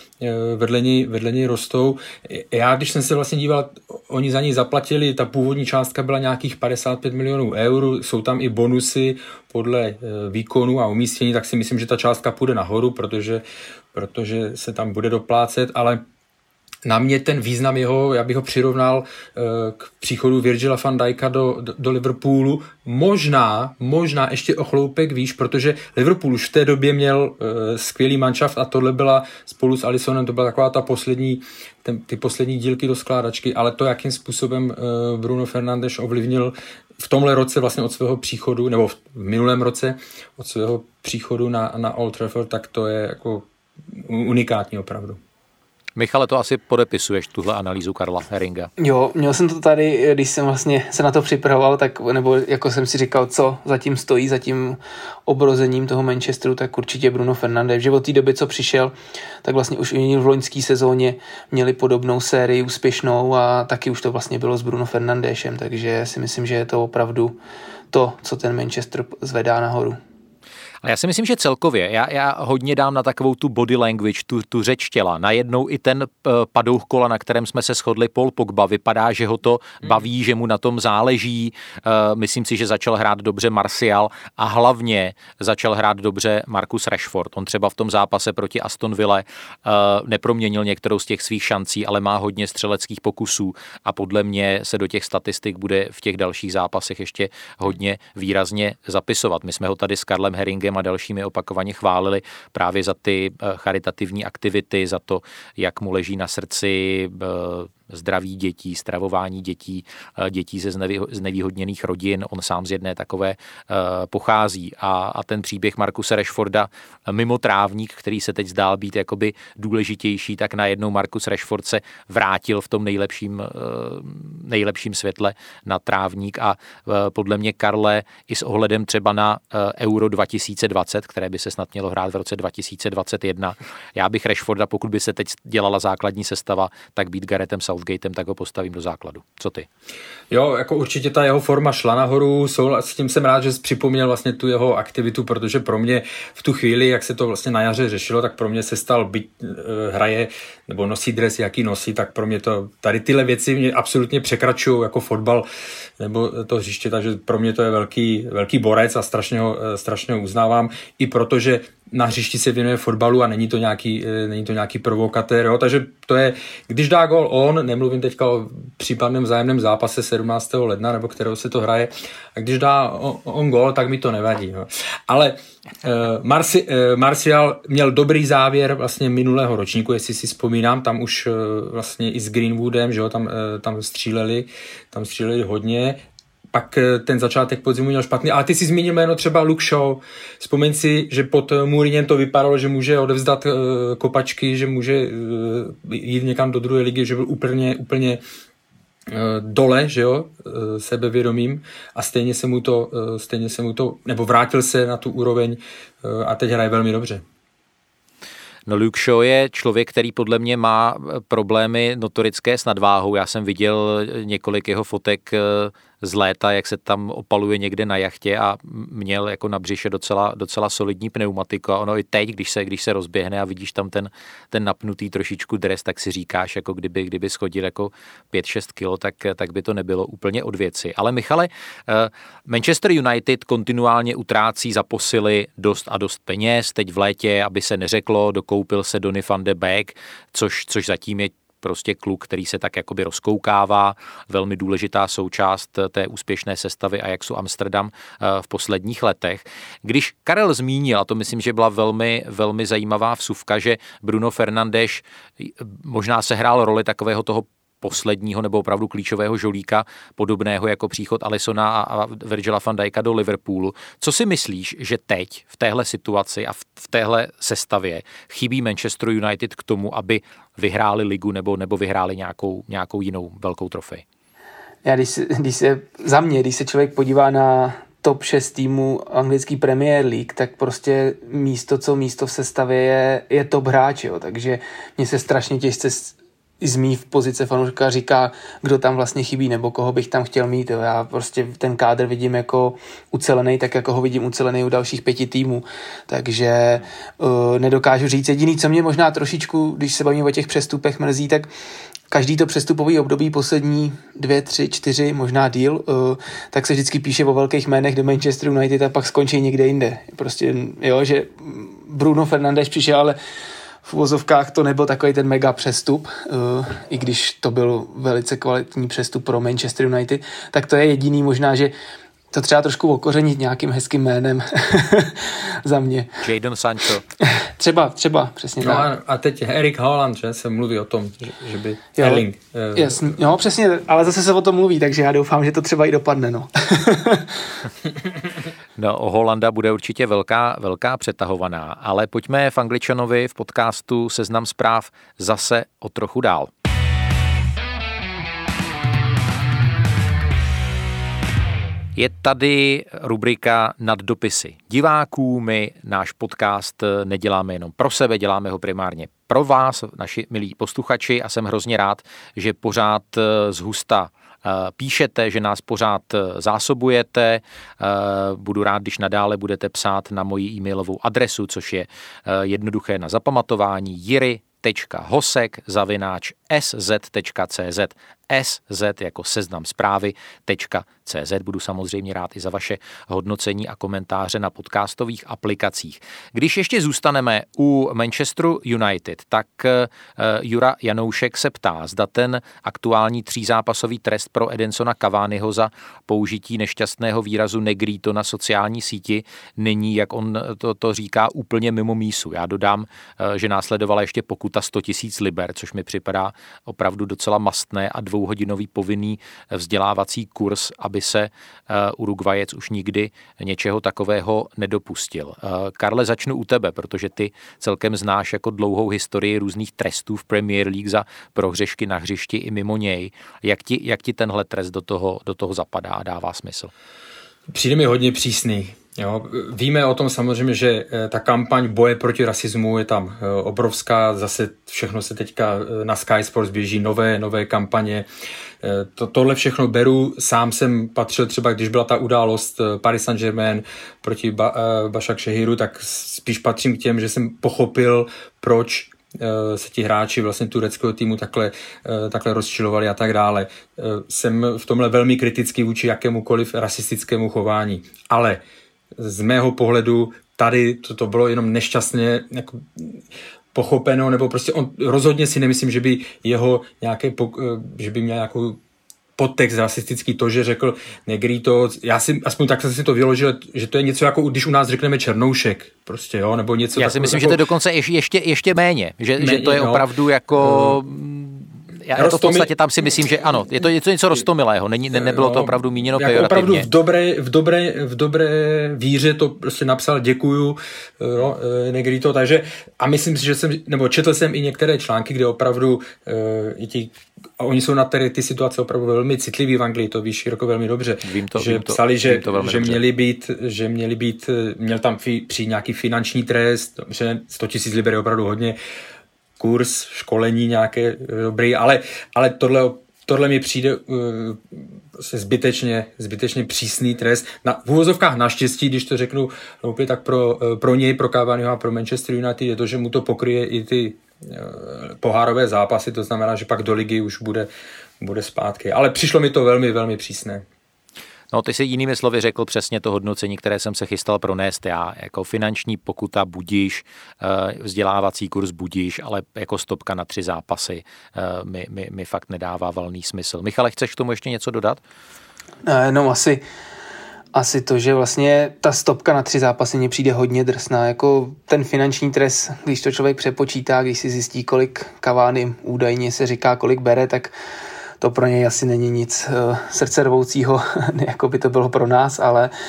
G: vedle něj rostou. Já, když jsem se vlastně díval, oni za ní zaplatili, ta původní částka byla nějakých 55 milionů eur, jsou tam i bonusy podle výkonu a umístění, tak si myslím, že ta částka půjde nahoru, protože se tam bude doplácet, ale na mě ten význam jeho, já bych ho přirovnal k příchodu Virgila van Dijka do Liverpoolu. Možná ještě o chloupek výš, protože Liverpool už v té době měl skvělý manšaft a tohle byla spolu s Alissonem, to byla taková ta ty poslední dílky do skládačky, ale to, jakým způsobem Bruno Fernandes ovlivnil v tomhle roce vlastně od svého příchodu, nebo v minulém roce od svého příchodu na Old Trafford, tak to je jako unikátní opravdu.
C: Michale, to asi podepisuješ, tuhle analýzu Karla Herringa.
F: Jo, měl jsem to tady, když jsem vlastně se na to připravoval, tak, nebo jako jsem si říkal, co zatím stojí, za tím obrozením toho Manchesteru, tak určitě Bruno Fernandes, že od té doby, co přišel, tak vlastně už i v loňské sezóně měli podobnou sérii úspěšnou a taky už to vlastně bylo s Bruno Fernandesem, takže si myslím, že je to opravdu to, co ten Manchester zvedá nahoru.
C: Ale já si myslím, že celkově, já hodně dám na takovou tu body language, tu řeč těla. Najednou i ten padouch kola, na kterém jsme se shodli, Paul Pogba, vypadá, že ho to baví, že mu na tom záleží. Myslím si, že začal hrát dobře Martial a hlavně začal hrát dobře Marcus Rashford. On třeba v tom zápase proti Aston Ville neproměnil některou z těch svých šancí, ale má hodně střeleckých pokusů a podle mě se do těch statistik bude v těch dalších zápasech ještě hodně výrazně zapisovat. My jsme ho tady s Karlem Herringem a dalšími opakovaně chválili právě za ty charitativní aktivity, za to, jak mu leží na srdci zdraví dětí, stravování dětí ze znevýhodněných rodin. On sám z jedné takové pochází. A ten příběh Marcuse Rashforda mimo trávník, který se teď zdál být jakoby důležitější, tak najednou Marcus Rashford se vrátil v tom nejlepším světle na trávník a podle mě, Karle, i s ohledem třeba na Euro 2020, které by se snad mělo hrát v roce 2021, já bych Rashforda, pokud by se teď dělala základní sestava, tak být Garethem Southgatem, tak ho postavím do základu. Co ty?
G: Jo, jako určitě ta jeho forma šla nahoru, s tím jsem rád, že jsi připomněl vlastně tu jeho aktivitu, protože pro mě v tu chvíli, jak se to vlastně na jaře řešilo, tak pro mě se stal, byť hraje nebo nosí dres, jaký nosí, tak pro mě to, tady tyhle věci mě absolutně překračují jako fotbal nebo to hřiště, takže pro mě to je velký borec a strašně ho uznávám, i protože na hřišti se věnuje fotbalu a není to nějaký provokatér, jo? Takže to je, když dá gól on, nemluvím teďka o případném vzájemném zápase 17. ledna, nebo kterého se to hraje, a když dá on gól, tak mi to nevadí. Jo? Ale Martial měl dobrý závěr vlastně minulého ročníku, jestli si vzpomínám, tam už vlastně i s Greenwoodem, že jo? Tam stříleli hodně. Pak ten začátek podzimu měl špatný, ale ty si zmínil jméno třeba Luke Shaw. Vzpomeň si, že pod Mourinhem to vypadalo, že může odevzdat kopačky, že může jít někam do druhé ligy, že byl úplně dole, že jo, sebevědomím a stejně se mu to, nebo vrátil se na tu úroveň a teď hraje velmi dobře.
C: No Luke Shaw je člověk, který podle mě má problémy notorické s nadváhou. Já jsem viděl několik jeho fotek z léta, jak se tam opaluje někde na jachtě a měl jako na břiše docela solidní pneumatiku. A ono i teď, když se rozběhne a vidíš tam ten napnutý trošičku dres, tak si říkáš, jako kdyby schodil jako 5-6 kilo, tak by to nebylo úplně od věci. Ale Michale, Manchester United kontinuálně utrácí za posily dost a dost peněz. Teď v létě, aby se neřeklo, dokoupil se Donny van de Beek, což zatím je prostě kluk, který se tak jakoby rozkoukává, velmi důležitá součást té úspěšné sestavy Ajaxu Amsterdam v posledních letech. Když Karel zmínil, a to myslím, že byla velmi, velmi zajímavá vsuvka, že Bruno Fernandes možná sehrál roli takového toho posledního nebo opravdu klíčového žolíka, podobného jako příchod Alissona a Virgila van Dijka do Liverpoolu. Co si myslíš, že teď v téhle situaci a v téhle sestavě chybí Manchester United k tomu, aby vyhráli ligu nebo vyhráli nějakou jinou velkou trofej?
F: Když se člověk podívá na top 6 týmů anglické Premier League, tak prostě místo v sestavě je top hráč, jo. Takže mně se strašně těžce z mý pozice fanouška říká, kdo tam vlastně chybí, nebo koho bych tam chtěl mít. Jo. Já prostě ten kádr vidím jako ucelený, tak jako ho vidím ucelený u dalších 5 týmů. Takže nedokážu říct. Jediný, co mě možná trošičku, když se bavím o těch přestupech, mrzí, tak každý to přestupový období, poslední 2, 3, 4, možná díl, tak se vždycky píše o velkých jménech do Manchester United a pak skončí někde jinde. Prostě, jo, že Bruno Fernandes přišel, ale v uvozovkách to nebyl takový ten mega přestup, i když to byl velice kvalitní přestup pro Manchester United, tak to je jediný možná, že to třeba trošku okořenit nějakým hezkým jménem za mě.
C: Jadon Sancho.
F: Třeba, přesně
G: no
F: tak.
G: A teď Erik Haaland, že se mluví o tom, že by
F: Erling. Jasně, no přesně, ale zase se o tom mluví, takže já doufám, že to třeba i dopadne, no.
C: No, o Holanda bude určitě velká přetahovaná, ale pojďme v Angličanovi v podcastu Seznam zpráv zase o trochu dál. Je tady rubrika Nad dopisy diváků. My náš podcast neděláme jenom pro sebe, děláme ho primárně pro vás, naši milí posluchači, a jsem hrozně rád, že pořád zhusta píšete, že nás pořád zásobujete. Budu rád, když nadále budete psát na moji e-mailovou adresu, což je jednoduché na zapamatování jiry.hosek@sz.cz. SZ jako seznam zprávy.cz. Budu samozřejmě rád i za vaše hodnocení a komentáře na podcastových aplikacích. Když ještě zůstaneme u Manchesteru United, tak Jura Janoušek se ptá, zda ten aktuální 3zápasový trest pro Edinsona Cavaniho za použití nešťastného výrazu negrito na sociální síti není, jak on to říká, úplně mimo mísu. Já dodám, že následovala ještě pokuta 100 000 liber, což mi připadá opravdu docela mastné, a 2hodinový povinný vzdělávací kurz, aby se Uruguayec už nikdy něčeho takového nedopustil. Karle, začnu u tebe, protože ty celkem znáš jako dlouhou historii různých trestů v Premier League za prohřešky na hřišti i mimo něj. Jak ti tenhle trest do toho zapadá a dává smysl?
G: Přijde mi hodně přísný. Jo, víme o tom samozřejmě, že ta kampaň boje proti rasismu je tam obrovská, zase všechno se teďka na Sky Sports běží nové kampaně. Tohle všechno beru, sám jsem patřil třeba, když byla ta událost Paris Saint-Germain proti Başakşehiru, tak spíš patřím k těm, že jsem pochopil, proč se ti hráči vlastně tureckého týmu takhle rozčilovali a tak dále. Jsem v tomhle velmi kritický vůči jakémukoliv rasistickému chování, ale z mého pohledu tady to bylo jenom nešťastně jako pochopeno, nebo prostě on rozhodně si nemyslím, že by že by měl nějakou podtext rasistický, to, že řekl negrito, aspoň tak jsem si to vyložil, že to je něco jako, když u nás řekneme černoušek, prostě, jo, nebo něco.
C: Já si myslím, že to je dokonce ještě méně, že to je opravdu jako Já to v podstatě tam si myslím, že ano, je to něco roztomilého, nebylo to opravdu míněno pejorativně.
G: Opravdu v dobré víře to prostě napsal, děkuju, Negrito, takže a myslím si, že četl jsem i některé články, kde opravdu oni jsou na ty situace opravdu velmi citliví v Anglii, to víš Jirko velmi dobře. Psali, že měl tam přijít nějaký finanční trest, že 100 000 liber je opravdu hodně, kurz, školení nějaké dobrý, ale tohle mi přijde zbytečně přísný trest. V uvozovkách naštěstí, když to řeknu opět, tak pro něj, pro Cavaniho a pro Manchester United je to, že mu to pokryje i ty pohárové zápasy, to znamená, že pak do ligy už bude zpátky. Ale přišlo mi to velmi, velmi přísné.
C: No, ty jsi jinými slovy řekl přesně to hodnocení, které jsem se chystal pronést já. Jako finanční pokuta budíš, vzdělávací kurz budíš, ale jako stopka na 3 zápasy mi fakt nedává valný smysl. Michale, chceš k tomu ještě něco dodat?
F: No asi to, že vlastně ta stopka na 3 zápasy mně přijde hodně drsná. Jako ten finanční trest, když to člověk přepočítá, když si zjistí, kolik Cavani údajně se říká, kolik bere, tak to pro něj asi není nic srdcervoucího, jako by to bylo pro nás,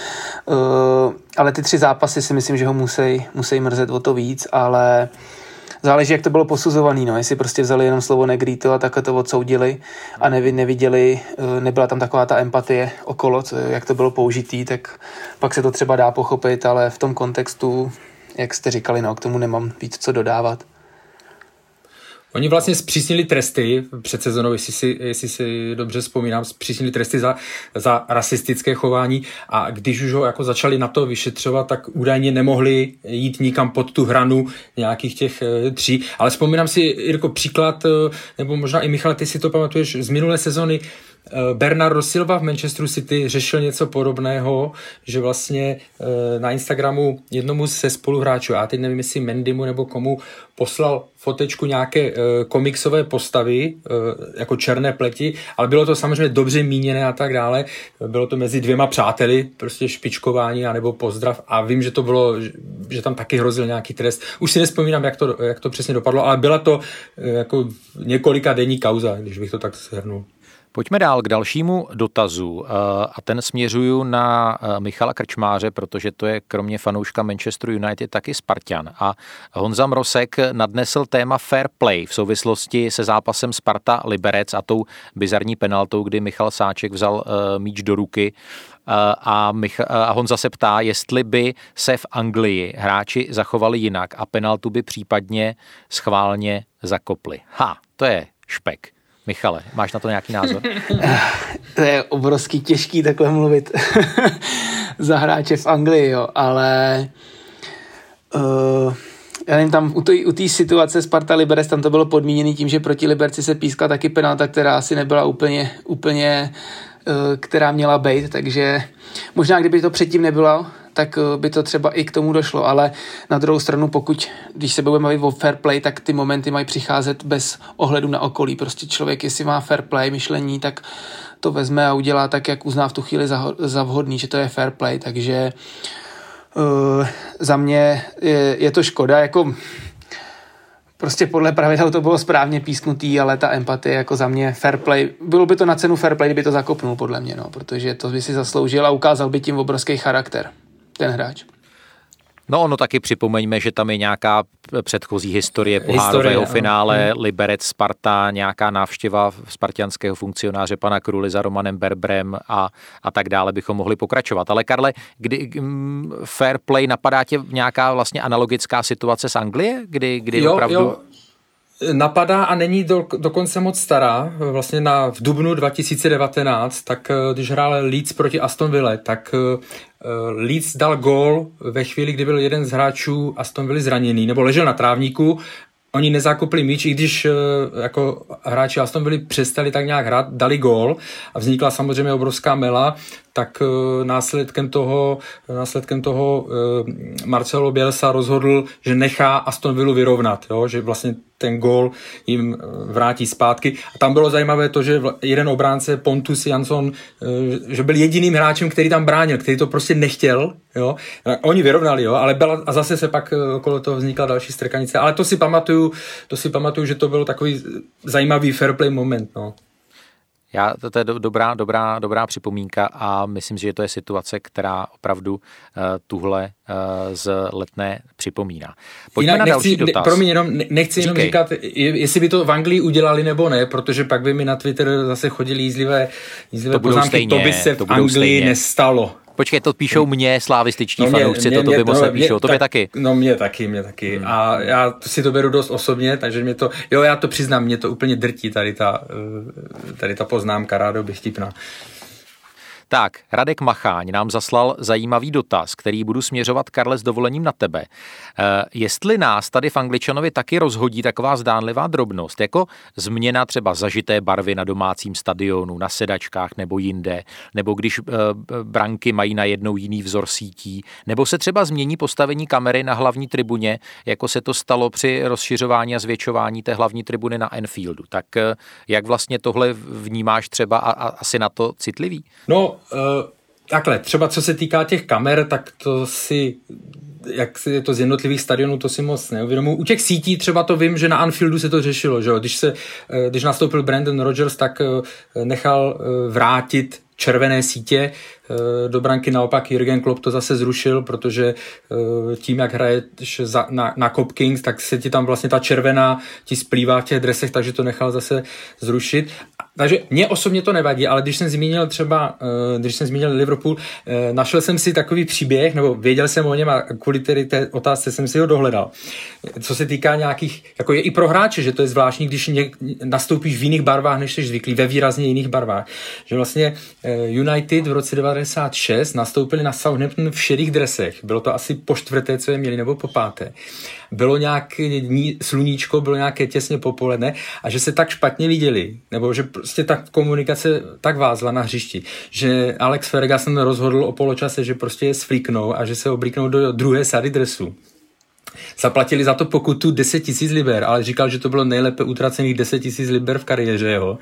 F: ale ty 3 zápasy si myslím, že ho musí mrzet o to víc, ale záleží, jak to bylo posuzovaný, no, jestli prostě vzali jenom slovo Negrito a takhle to odsoudili a neviděli, nebyla tam taková ta empatie okolo, jak to bylo použitý, tak pak se to třeba dá pochopit, ale v tom kontextu, jak jste říkali, no, k tomu nemám víc co dodávat.
G: Oni vlastně zpřísnili tresty před sezónou, jestli si dobře vzpomínám, zpřísnili tresty za rasistické chování a když už ho jako začali na to vyšetřovat, tak údajně nemohli jít nikam pod tu hranu nějakých těch 3. Ale vzpomínám si, Jirko, příklad, nebo možná i Michal, ty si to pamatuješ z minulé sezony, Bernardo Silva v Manchesteru City řešil něco podobného, že vlastně na Instagramu jednomu ze spoluhráčů, a teď nevím, jestli Mendymu nebo komu, poslal fotečku nějaké komiksové postavy, jako černé pleti, ale bylo to samozřejmě dobře míněné a tak dále. Bylo to mezi 2 přáteli, prostě špičkování anebo pozdrav a vím, že to bylo, že tam taky hrozil nějaký trest. Už si nespomínám, jak to přesně dopadlo, ale byla to jako několika denní kauza, když bych to tak shrnul.
C: Pojďme dál k dalšímu dotazu a ten směřuju na Michala Krčmáře, protože to je kromě fanouška Manchester United taky Spartan. A Honza Mrosek nadnesl téma fair play v souvislosti se zápasem Sparta Liberec a tou bizarní penaltou, kdy Michal Sáček vzal míč do ruky a Honza se ptá, jestli by se v Anglii hráči zachovali jinak a penaltu by případně schválně zakopli. To je špek. Michale, máš na to nějaký názor?
F: To je obrovský těžký takhle mluvit za hráče v Anglii, jo, ale já nevím, tam u té situace Sparta Liberec, tam to bylo podmíněné tím, že proti Liberci se pískla taky penalta, která asi nebyla úplně která měla být, takže možná kdyby to předtím nebylo, tak by to třeba i k tomu došlo, ale na druhou stranu, když se budeme bavit o fair play, tak ty momenty mají přicházet bez ohledu na okolí. Prostě člověk, jestli má fair play myšlení, tak to vezme a udělá tak, jak uzná v tu chvíli za vhodný, že to je fair play, takže za mě je to škoda, jako prostě podle pravidel to bylo správně písknutý, ale ta empatie jako za mě fair play, bylo by to na cenu fair play, kdyby to zakopnul podle mě, no, protože to by si zasloužil a ukázal by tím obrovský charakter, ten hráč.
C: No ono taky připomeňme, že tam je nějaká předchozí historie pohárového finále, Liberec Sparta, nějaká návštěva spartianského funkcionáře pana Kruly za Romanem Berbrem a tak dále bychom mohli pokračovat. Ale Karle, fair play, napadá tě nějaká vlastně analogická situace z Anglie, kdy opravdu... Jo.
G: Napadá a není dokonce moc stará. Vlastně v dubnu 2019, tak když hrál Leeds proti Aston Ville, tak Leeds dal gól ve chvíli, kdy byl jeden z hráčů Aston Ville zraněný, nebo ležel na trávníku. Oni nezakopli míč, i když jako hráči Aston Ville přestali tak nějak hrát, dali gól a vznikla samozřejmě obrovská mela. tak následkem toho Marcelo Bielsa rozhodl, že nechá Aston Villu vyrovnat, jo? Že vlastně ten gól jim vrátí zpátky. A tam bylo zajímavé to, že jeden obránce, Pontus Jansson, že byl jediným hráčem, který tam bránil, který to prostě nechtěl. Jo? Oni vyrovnali, jo? Ale a zase se pak okolo toho vznikla další strkanice. Ale to si pamatuju, že to byl takový zajímavý fair play moment. No.
C: To je dobrá připomínka a myslím si, že to je situace, která opravdu tuhle z Letné připomíná. Pojďme na další dotaz.
G: Nechci jenom říkat, jestli by to v Anglii udělali nebo ne, protože pak by mi na Twitter zase chodili jízlivé poznámky, to by se v Anglii nestalo.
C: Počkej, to píšou mě slavističtí fanoušci, to by moc nepíšou, tobě taky.
G: No mě taky. A já si to beru dost osobně, takže mě to, já to přiznám, mě to úplně drtí tady ta poznámka, rádoby vtipná.
C: Tak, Radek Macháň nám zaslal zajímavý dotaz, který budu směřovat, Karle, s dovolením na tebe. Jestli nás tady v Angličanovi taky rozhodí taková zdánlivá drobnost, jako změna třeba zažité barvy na domácím stadionu, na sedačkách nebo jinde, nebo když branky mají najednou jiný vzor sítí, nebo se třeba změní postavení kamery na hlavní tribuně, jako se to stalo při rozšiřování a zvětšování té hlavní tribuny na Anfieldu. Tak jak vlastně tohle vnímáš třeba a asi na to citlivý?
G: No, takhle, třeba co se týká těch kamer, tak to si, jak je to z jednotlivých stadionů, to si moc neuvědomuji. U těch sítí třeba to vím, že na Anfieldu se to řešilo, že jo? Když nastoupil Brendan Rodgers, tak nechal vrátit červené sítě do branky, naopak Jürgen Klopp to zase zrušil, protože tím, jak hraješ na Cop Kings, tak se ti tam vlastně ta červená ti splývá v těch dresech, takže to nechal zase zrušit. Takže mě osobně to nevadí, ale když jsem zmínil Liverpool, našel jsem si takový příběh, nebo věděl jsem o něm a kvůli té otázce jsem si ho dohledal. Co se týká nějakých, jako je i pro hráče, že to je zvláštní, když nastoupíš v jiných barvách, než jsi zvyklý, ve výrazně jiných barvách. Že vlastně United v roce 96 nastoupili na Southampton v šedých dresech. Bylo to asi po čtvrté, co je měli, nebo po páté. Bylo nějaké sluníčko, bylo nějaké těsně popoledne a že se tak špatně viděli, nebo že prostě ta komunikace tak vázla na hřišti, že Alex Ferguson rozhodl o poločase, že prostě je sflíknou a že se oblíknou do druhé sady dresu. Zaplatili za to pokutu 10 000 liber, ale říkal, že to bylo nejlépe utracených 10 000 liber v kariéře, jo.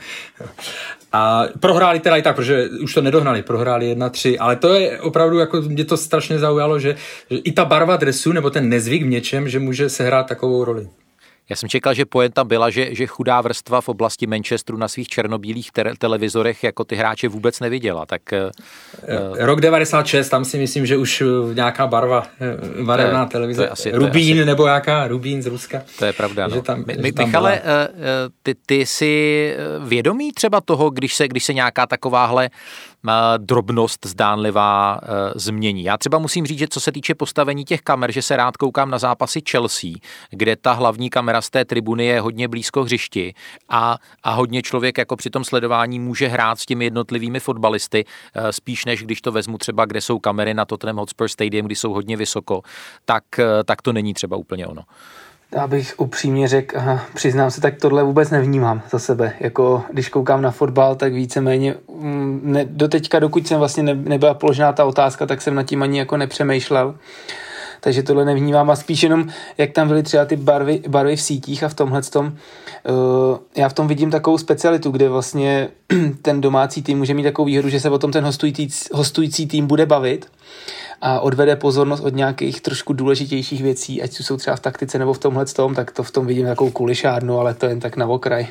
G: A prohráli teda i tak, protože už to nedohnali, prohráli 1-3, ale to je opravdu, jako mě to strašně zaujalo, že i ta barva dresu, nebo ten nezvyk v něčem, že může sehrát takovou roli.
C: Já jsem čekal, že pointa byla, že chudá vrstva v oblasti Manchesteru na svých černobílých televizorech jako ty hráče vůbec neviděla. Tak,
G: rok 96, tam si myslím, že už nějaká barevná televize. Rubín nebo jaká? Rubín z Ruska.
C: To je pravda. No. Michale, ty jsi vědomý třeba toho, když se nějaká takováhle drobnost zdánlivá změní. Já třeba musím říct, že co se týče postavení těch kamer, že se rád koukám na zápasy Chelsea, kde ta hlavní kamera z té tribuny je hodně blízko hřišti a hodně člověk jako při tom sledování může hrát s těmi jednotlivými fotbalisty, spíš než když to vezmu třeba, kde jsou kamery na Tottenham Hotspur Stadium, kdy jsou hodně vysoko, tak to není třeba úplně ono.
F: Já bych upřímně řekl, přiznám se, tak tohle vůbec nevnímám za sebe. Jako když koukám na fotbal, tak víceméně doteďka, dokud jsem vlastně nebyla položená ta otázka, tak jsem nad tím ani jako nepřemýšlel. Takže tohle nevnímám a spíš jenom, jak tam byly třeba ty barvy v sítích a v tomhletom. Já v tom vidím takovou specialitu, kde vlastně ten domácí tým může mít takovou výhodu, že se o tom ten hostující tým bude bavit a odvede pozornost od nějakých trošku důležitějších věcí, ať jsou třeba v taktice nebo v tomhletom, tak to v tom vidím takovou kulišárnu, ale to jen tak na okraj.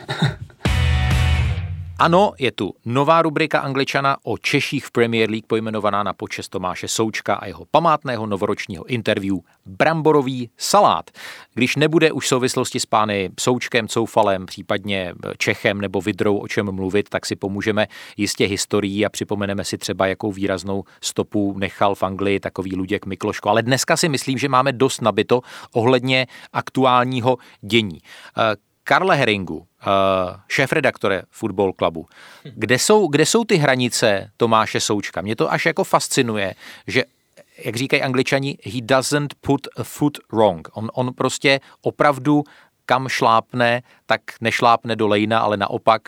C: Ano, je tu nová rubrika Angličana o Češích v Premier League pojmenovaná na počest Tomáše Součka a jeho památného novoročního interview Bramborový salát. Když nebude už v souvislosti s pány Součkem, Coufalem, případně Čechem nebo Vydrou o čem mluvit, tak si pomůžeme jistě historií a připomeneme si třeba, jakou výraznou stopu nechal v Anglii takový Luděk Mikloško. Ale dneska si myslím, že máme dost nabito ohledně aktuálního dění. Karle Herringu, šéfredaktore Football Clubu, kde jsou ty hranice Tomáše Součka? Mě to až jako fascinuje, že, jak říkají Angličani, he doesn't put a foot wrong. On prostě opravdu kam šlápne, tak nešlápne do lejna, ale naopak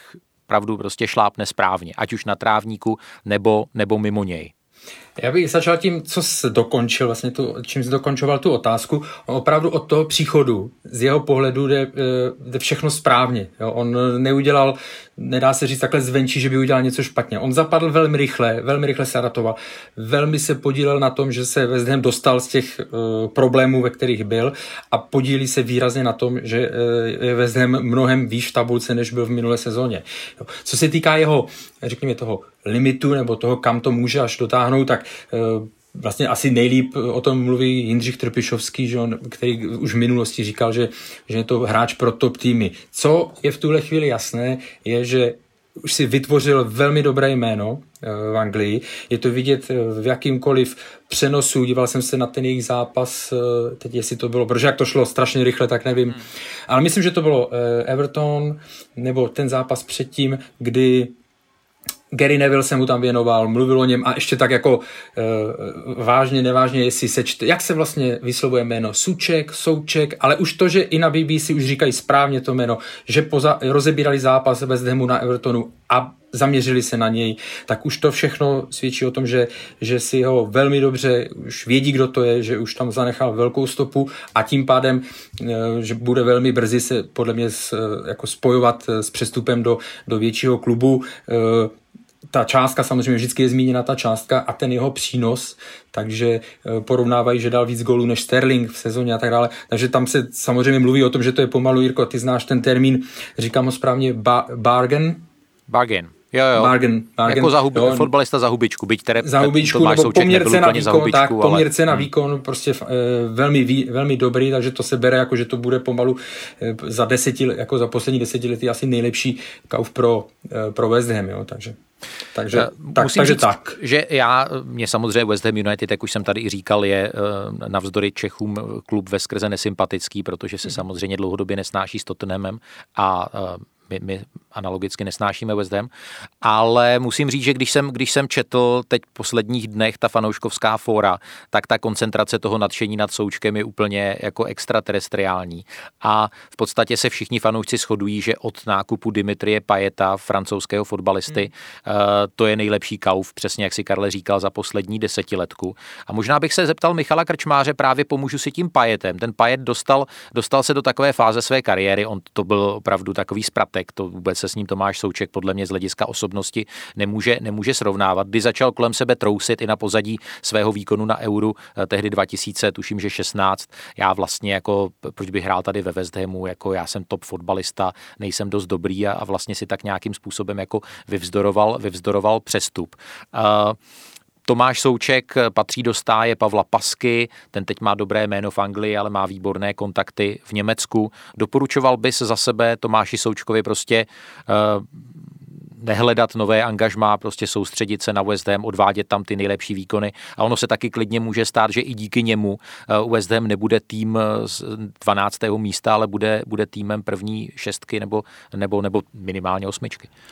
C: opravdu prostě šlápne správně, ať už na trávníku nebo mimo něj.
G: Já bych začal tím, co jsi dokončil, vlastně čím jsi dokončoval tu otázku. On opravdu od toho příchodu, z jeho pohledu jde všechno správně. Jo? On neudělal, nedá se říct takhle zvenčí, že by udělal něco špatně. On zapadl velmi rychle se adaptoval. Velmi se podílel na tom, že se West Ham dostal z těch problémů, ve kterých byl, a podílí se výrazně na tom, že je West Ham mnohem výš v tabulce, než byl v minulé sezóně. Jo? Co se týká jeho, řekněme, toho limitu nebo toho, kam to může až dotáhnout, tak vlastně asi nejlíp o tom mluví Jindřich Trpišovský, že on, který už v minulosti říkal, že je to hráč pro top týmy. Co je v tuhle chvíli jasné, je, že už si vytvořil velmi dobré jméno v Anglii. Je to vidět v jakýmkoliv přenosu. Díval jsem se na ten jejich zápas, teď jestli to bylo, protože jak to šlo strašně rychle, tak nevím. Ale myslím, že to bylo Everton, nebo ten zápas předtím, kdy Gary Neville se mu tam věnoval, mluvil o něm a ještě tak jako vážně, nevážně, jestli jak se vlastně vyslovuje jméno, Souček, ale už to, že i na BBC už říkají správně to jméno, že rozebírali zápas West Hamu na Evertonu a zaměřili se na něj, tak už to všechno svědčí o tom, že si ho velmi dobře, už vědí, kdo to je, že už tam zanechal velkou stopu a tím pádem, že bude velmi brzy se podle mě jako spojovat s přestupem do většího klubu. Ta částka, samozřejmě vždycky je zmíněna ta částka a ten jeho přínos, takže porovnávají, že dal víc gólů než Sterling v sezóně a tak dále. Takže tam se samozřejmě mluví o tom, že to je pomalu, Jirko, ty znáš ten termín, říkám ho správně, bargain.
C: Jo.
G: Bargain.
C: Jako fotbalista za hubičku, byť
G: za hubičku, nebo poměr cena výkon, prostě velmi dobrý, takže to se bere jako, že to bude pomalu za poslední desetiletí asi nejlepší kauf pro West Ham, jo, takže tak.
C: Že mě samozřejmě West Ham United, jak už jsem tady i říkal, je navzdory Čechům klub veskrze nesympatický, protože se samozřejmě dlouhodobě nesnáší s Tottenhamem a my analogicky nesnášíme West Ham, ale musím říct, že když jsem četl teď v posledních dnech ta fanouškovská fóra, tak ta koncentrace toho nadšení nad Součkem je úplně jako extraterestriální a v podstatě se všichni fanoušci shodují, že od nákupu Dimitrie Payeta, francouzského fotbalisty, to je nejlepší kauf, přesně jak si Karle říkal, za poslední desetiletku. A možná bych se zeptal Michala Krčmáře, právě pomůžu si tím Payetem. Ten Payet dostal se do takové fáze své kariéry, on to byl opravdu takový spratek, to vůbec se s ním Tomáš Souček podle mě z hlediska osobnosti nemůže srovnávat. Kdy začal kolem sebe trousit i na pozadí svého výkonu na Euru tehdy 2000, tuším, že 16. Já vlastně jako, proč bych hrál tady ve West Hamu, jako já jsem top fotbalista, nejsem dost dobrý a vlastně si tak nějakým způsobem jako vyvzdoroval přestup. Tomáš Souček patří do stáje Pavla Pasky, ten teď má dobré jméno v Anglii, ale má výborné kontakty v Německu. Doporučoval bys za sebe Tomáši Součkovi prostě nehledat nové angažmá, prostě soustředit se na West Ham, odvádět tam ty nejlepší výkony a ono se taky klidně může stát, že i díky němu West Ham nebude tým z 12. místa, ale bude týmem první šestky nebo minimálně 8.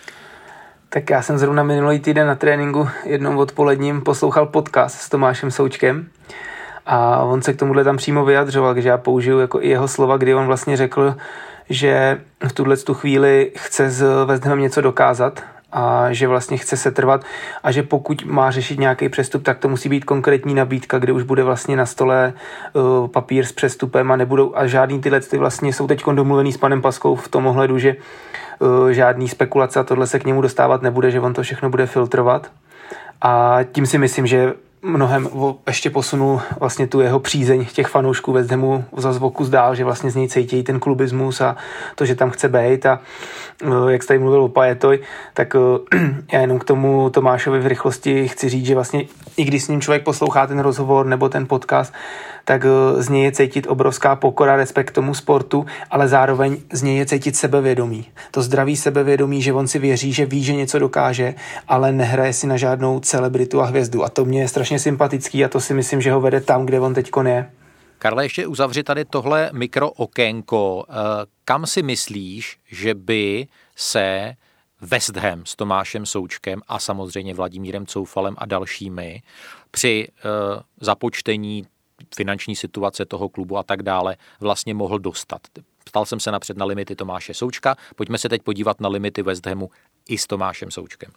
F: Tak já jsem zrovna minulý týden na tréninku jednou odpoledním poslouchal podcast s Tomášem Součkem a on se k tomuhle tam přímo vyjadřoval, takže já použiju jako i jeho slova, kdy on vlastně řekl, že v tu chvíli chce s West Hamem něco dokázat a že vlastně chce setrvat a že pokud má řešit nějaký přestup, tak to musí být konkrétní nabídka, kde už bude vlastně na stole papír s přestupem a nebudou a žádný tyhle vlastně jsou teď domluvený s panem Paskou v tom ohledu, že žádný spekulace a tohle se k němu dostávat nebude, že on to všechno bude filtrovat a tím si myslím, že mnohem ještě posunul vlastně tu jeho přízeň těch fanoušků West Hamu za zvoku dál, že vlastně z něj cítí ten klubismus a to, že tam chce být a jak jste tady mluvil o Payetoj, tak já jenom k tomu Tomášovi v rychlosti chci říct, že vlastně i když s ním člověk poslouchá ten rozhovor nebo ten podcast, tak z něj je cítit obrovská pokora, respekt k tomu sportu, ale zároveň z něj je cítit sebevědomí. To zdravý sebevědomí, že on si věří, že ví, že něco dokáže, ale nehraje si na žádnou celebritu a hvězdu. A to mě je strašně sympatický a to si myslím, že ho vede tam, kde on teďkon je.
C: Karle, ještě uzavři tady tohle mikrookénko. Kam si myslíš, že by se West Ham s Tomášem Součkem a samozřejmě Vladimírem Coufalem a dalšími při započtení finanční situace toho klubu a tak dále vlastně mohl dostat? Ptal jsem se napřed na limity Tomáše Součka, pojďme se teď podívat na limity West Hamu i s Tomášem Součkem.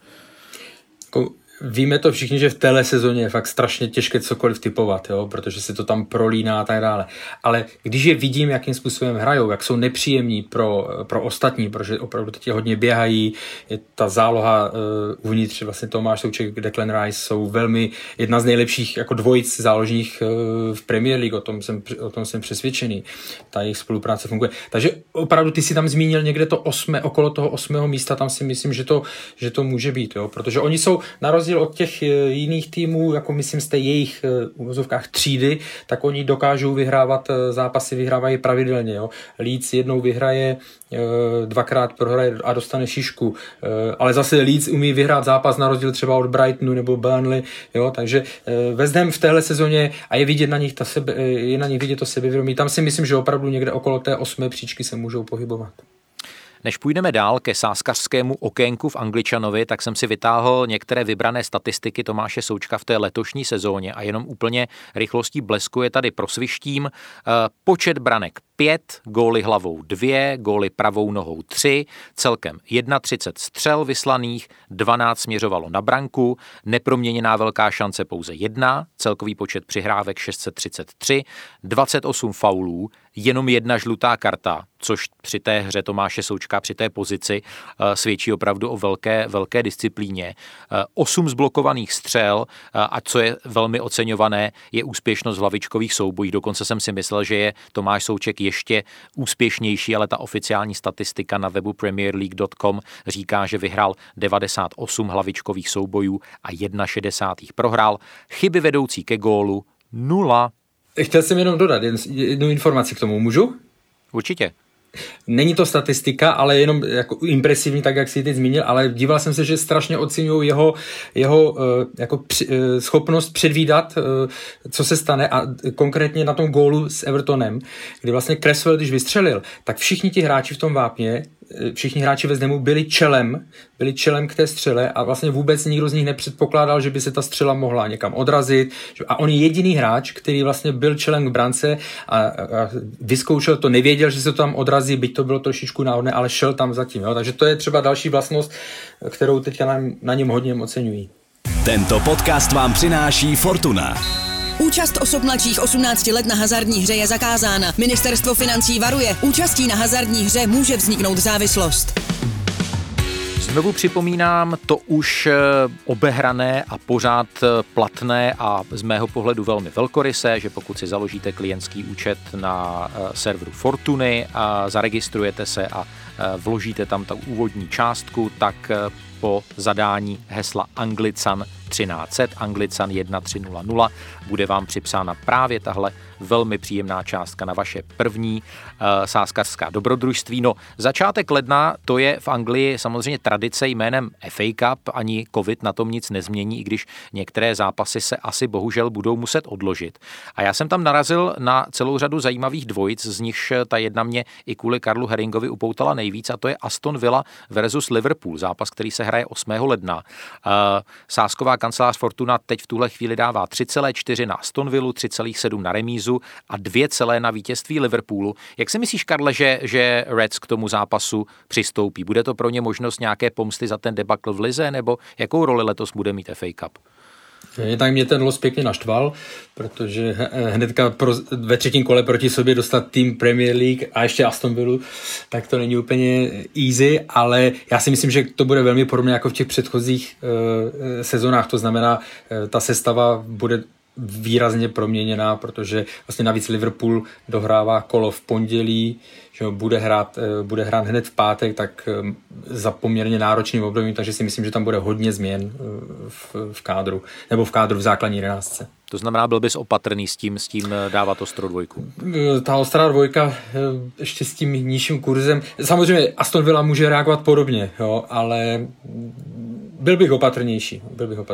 G: Víme to všichni, že v téhle sezóně je fakt strašně těžké cokoliv typovat, jo? Protože se to tam prolíná a tak dále. Ale když je vidím, jakým způsobem hrajou, jak jsou nepříjemní pro ostatní, protože opravdu teď hodně běhají, ta záloha uvnitř, vlastně Tomáš Souček, Declan Rice jsou velmi jedna z nejlepších jako dvojic záložních v Premier League, o tom jsem přesvědčený. Ta jejich spolupráce funguje. Takže opravdu ty si tam zmínil někde okolo toho 8. místa, tam si myslím, že to může být, jo? Protože oni jsou na rozdíl od těch jiných týmů, jako myslím z té jejich uvozovkách třídy, tak oni dokážou vyhrávat zápasy, vyhrávají pravidelně. Jo. Leeds jednou vyhraje, dvakrát prohraje a dostane šišku, ale zase Leeds umí vyhrát zápas na rozdíl třeba od Brightonu nebo Burnley, jo, takže West Ham v téhle sezóně a je vidět na nich vidět to sebevědomí. Tam si myslím, že opravdu někde okolo té 8. příčky se můžou pohybovat.
C: Než půjdeme dál ke sázkařskému okénku v Angličanovi, tak jsem si vytáhl některé vybrané statistiky Tomáše Součka v té letošní sezóně a jenom úplně rychlostí blesku je tady prosvištím. Počet branek 5, góly hlavou 2, góly pravou nohou 3, celkem 31 střel vyslaných, 12 směřovalo na branku, neproměněná velká šance pouze 1, celkový počet přihrávek 633, 28 faulů, jenom 1 žlutá karta, což při té hře Tomáše Součka, při té pozici svědčí opravdu o velké disciplíně. 8 zblokovaných střel a co je velmi oceňované, je úspěšnost v hlavičkových soubojích. Dokonce jsem si myslel, že je Tomáš Souček ještě úspěšnější, ale ta oficiální statistika na webu premierleague.com říká, že vyhrál 98 hlavičkových soubojů a 61 prohrál. Chyby vedoucí ke gólu 0.
G: Chtěl jsem jenom dodat jednu informaci k tomu. Můžu?
C: Určitě.
G: Není to statistika, ale jenom jako impresivní, tak jak si teď zmínil, ale díval jsem se, že strašně oceňují jeho schopnost předvídat, co se stane a konkrétně na tom gólu s Evertonem, kdy vlastně Cresswell, když vystřelil, tak všichni ti hráči v tom vápně, všichni hráči ve Zdemu byli čelem k té střele a vlastně vůbec nikdo z nich nepředpokládal, že by se ta střela mohla někam odrazit. A on je jediný hráč, který vlastně byl čelem k brance a vyzkoušel to, nevěděl, že se to tam odrazí, byť to bylo trošičku náhodné, ale šel tam zatím. Jo? Takže to je třeba další vlastnost, kterou teďka na něm hodně oceňují.
A: Tento podcast vám přináší Fortuna.
B: Účast osob mladších 18 let na hazardní hře je zakázána. Ministerstvo financí varuje. Účastí na hazardní hře může vzniknout závislost.
C: Znovu připomínám to už obehrané a pořád platné a z mého pohledu velmi velkorysé, že pokud si založíte klientský účet na serveru Fortuny a zaregistrujete se a vložíte tam tu úvodní částku, tak po zadání hesla Anglican 1300, Anglican 1300, bude vám připsána právě tahle velmi příjemná částka na vaše první sázkařská dobrodružství. No, začátek ledna, to je v Anglii samozřejmě tradice jménem FA Cup, ani covid na tom nic nezmění, i když některé zápasy se asi bohužel budou muset odložit. A já jsem tam narazil na celou řadu zajímavých dvojic, z nichž ta jedna mě i kvůli Karlu Herringovi upoutala nejvíc, a to je Aston Villa versus Liverpool, zápas, který se hraje 8. ledna. Sázková kancelář Fortuna teď v tuhle chvíli dává 3,4 na Aston Villu, 3,7 na remízu a 2 na vítězství Liverpoolu. Jak si myslíš, Karle, že Reds k tomu zápasu přistoupí? Bude to pro ně možnost nějaké pomsty za ten debakl v lize, nebo jakou roli letos bude mít FA Cup?
G: Tak mě ten los pěkně naštval, protože hnedka ve třetím kole proti sobě dostat tým Premier League a ještě Aston Villu, tak to není úplně easy, ale já si myslím, že to bude velmi podobné jako v těch předchozích sezónách, to znamená, ta sestava bude výrazně proměněná, protože vlastně navíc Liverpool dohrává kolo v pondělí, že bude hrát hned v pátek, tak za poměrně náročným obdobím, takže si myslím, že tam bude hodně změn v kádru, nebo v kádru v základní 11.
C: To znamená, byl bys opatrný s tím dávat ostrou dvojku?
G: Ta ostrá dvojka ještě s tím nižším kurzem. Samozřejmě Aston Villa může reagovat podobně, jo, ale byl bych opatrnější.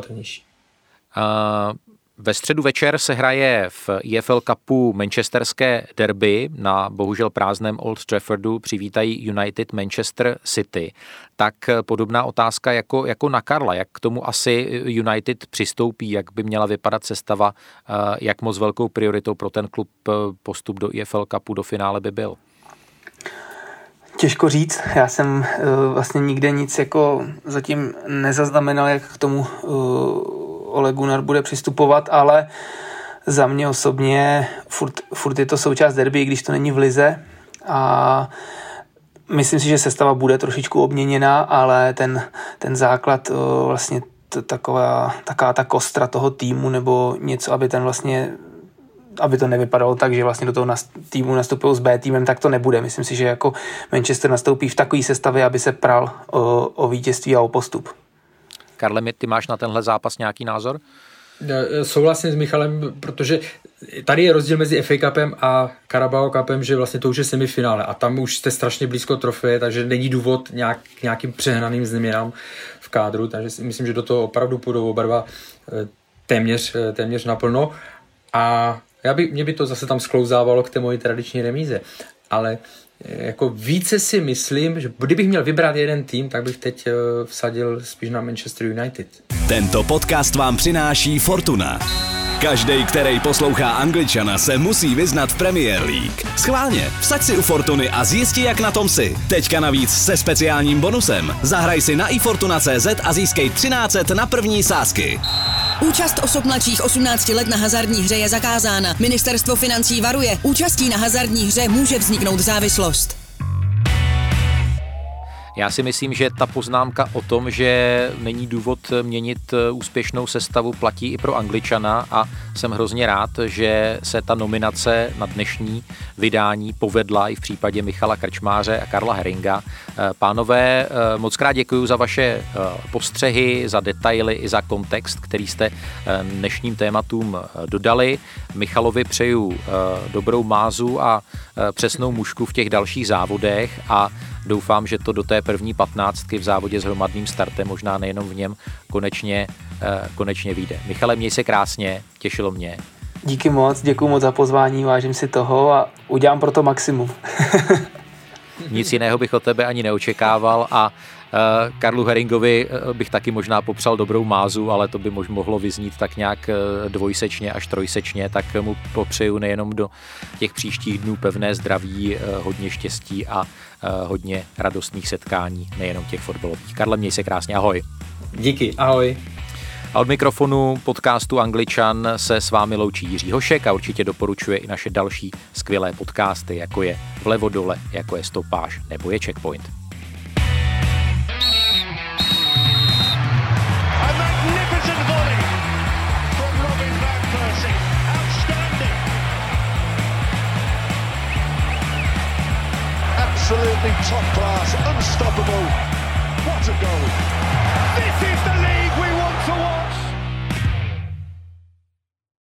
C: Ve středu večer se hraje v EFL Cupu manchesterské derby. Na bohužel prázdném Old Traffordu přivítají United Manchester City. Tak podobná otázka jako na Karla. Jak k tomu asi United přistoupí, jak by měla vypadat sestava, jak moc velkou prioritou pro ten klub postup do EFL Cupu do finále by byl?
F: Těžko říct, já jsem vlastně nikde nic jako zatím nezaznamenal, jak k tomu Ole Gunnar bude přistupovat, ale za mě osobně furt je to součást derby, i když to není v lize a myslím si, že sestava bude trošičku obměněná, ale ten základ vlastně taková ta kostra toho týmu nebo něco, aby to nevypadalo tak, že vlastně do toho týmu nastupují s B týmem, tak to nebude. Myslím si, že jako Manchester nastoupí v takové sestavě, aby se pral o vítězství a o postup.
C: Karle, ty máš na tenhle zápas nějaký názor?
G: Souhlasím s Michalem, protože tady je rozdíl mezi FA Cupem a Carabao Cupem, že vlastně to už je semifinále a tam už jste strašně blízko trofeje, takže není důvod nějakým přehnaným změnám v kádru, takže si myslím, že do toho opravdu půjdou oba dva téměř naplno a mě by to zase tam sklouzávalo k té mojí tradiční remíze, ale jako více si myslím, že kdybych měl vybrat jeden tým, tak bych teď vsadil spíš na Manchester United.
A: Tento podcast vám přináší Fortuna. Každej, který poslouchá Angličana, se musí vyznat v Premier League. Schválně, vsaď si u Fortuny a zjisti, jak na tom si. Teďka navíc se speciálním bonusem. Zahraj si na ifortuna.cz a získej 1300 na první sázky.
B: Účast osob mladších 18 let na hazardní hře je zakázána. Ministerstvo financí varuje. Účastí na hazardní hře může vzniknout závislost.
C: Já si myslím, že ta poznámka o tom, že není důvod měnit úspěšnou sestavu, platí i pro Angličana a jsem hrozně rád, že se ta nominace na dnešní vydání povedla i v případě Michala Krčmáře a Karla Herringa. Pánové, moc krát děkuji za vaše postřehy, za detaily i za kontext, který jste dnešním tématům dodali. Michalovi přeju dobrou mázu a přesnou mušku v těch dalších závodech a doufám, že to do té první 15 v závodě s hromadným startem, možná nejenom v něm, konečně vyjde. Michale, měj se krásně, těšilo mě.
F: Díky moc, děkuji moc za pozvání, vážím si toho a udělám pro to maximum.
C: Nic jiného bych od tebe ani neočekával a Karlu Herringovi bych taky možná popřál dobrou mázu, ale to by mohlo vyznít tak nějak dvojsečně až trojsečně, tak mu popřeju nejenom do těch příštích dnů pevné zdraví, hodně štěstí a hodně radostných setkání, nejenom těch fotbalových. Karle, měj se krásně, ahoj.
G: Díky, ahoj.
C: A od mikrofonu podcastu Angličan se s vámi loučí Jiří Hošek a určitě doporučuje i naše další skvělé podcasty, jako je Vlevo dole, jako je Stopáž nebo je Checkpoint.
E: Absolutely top class, unstoppable. What a goal. This is the league we want to watch.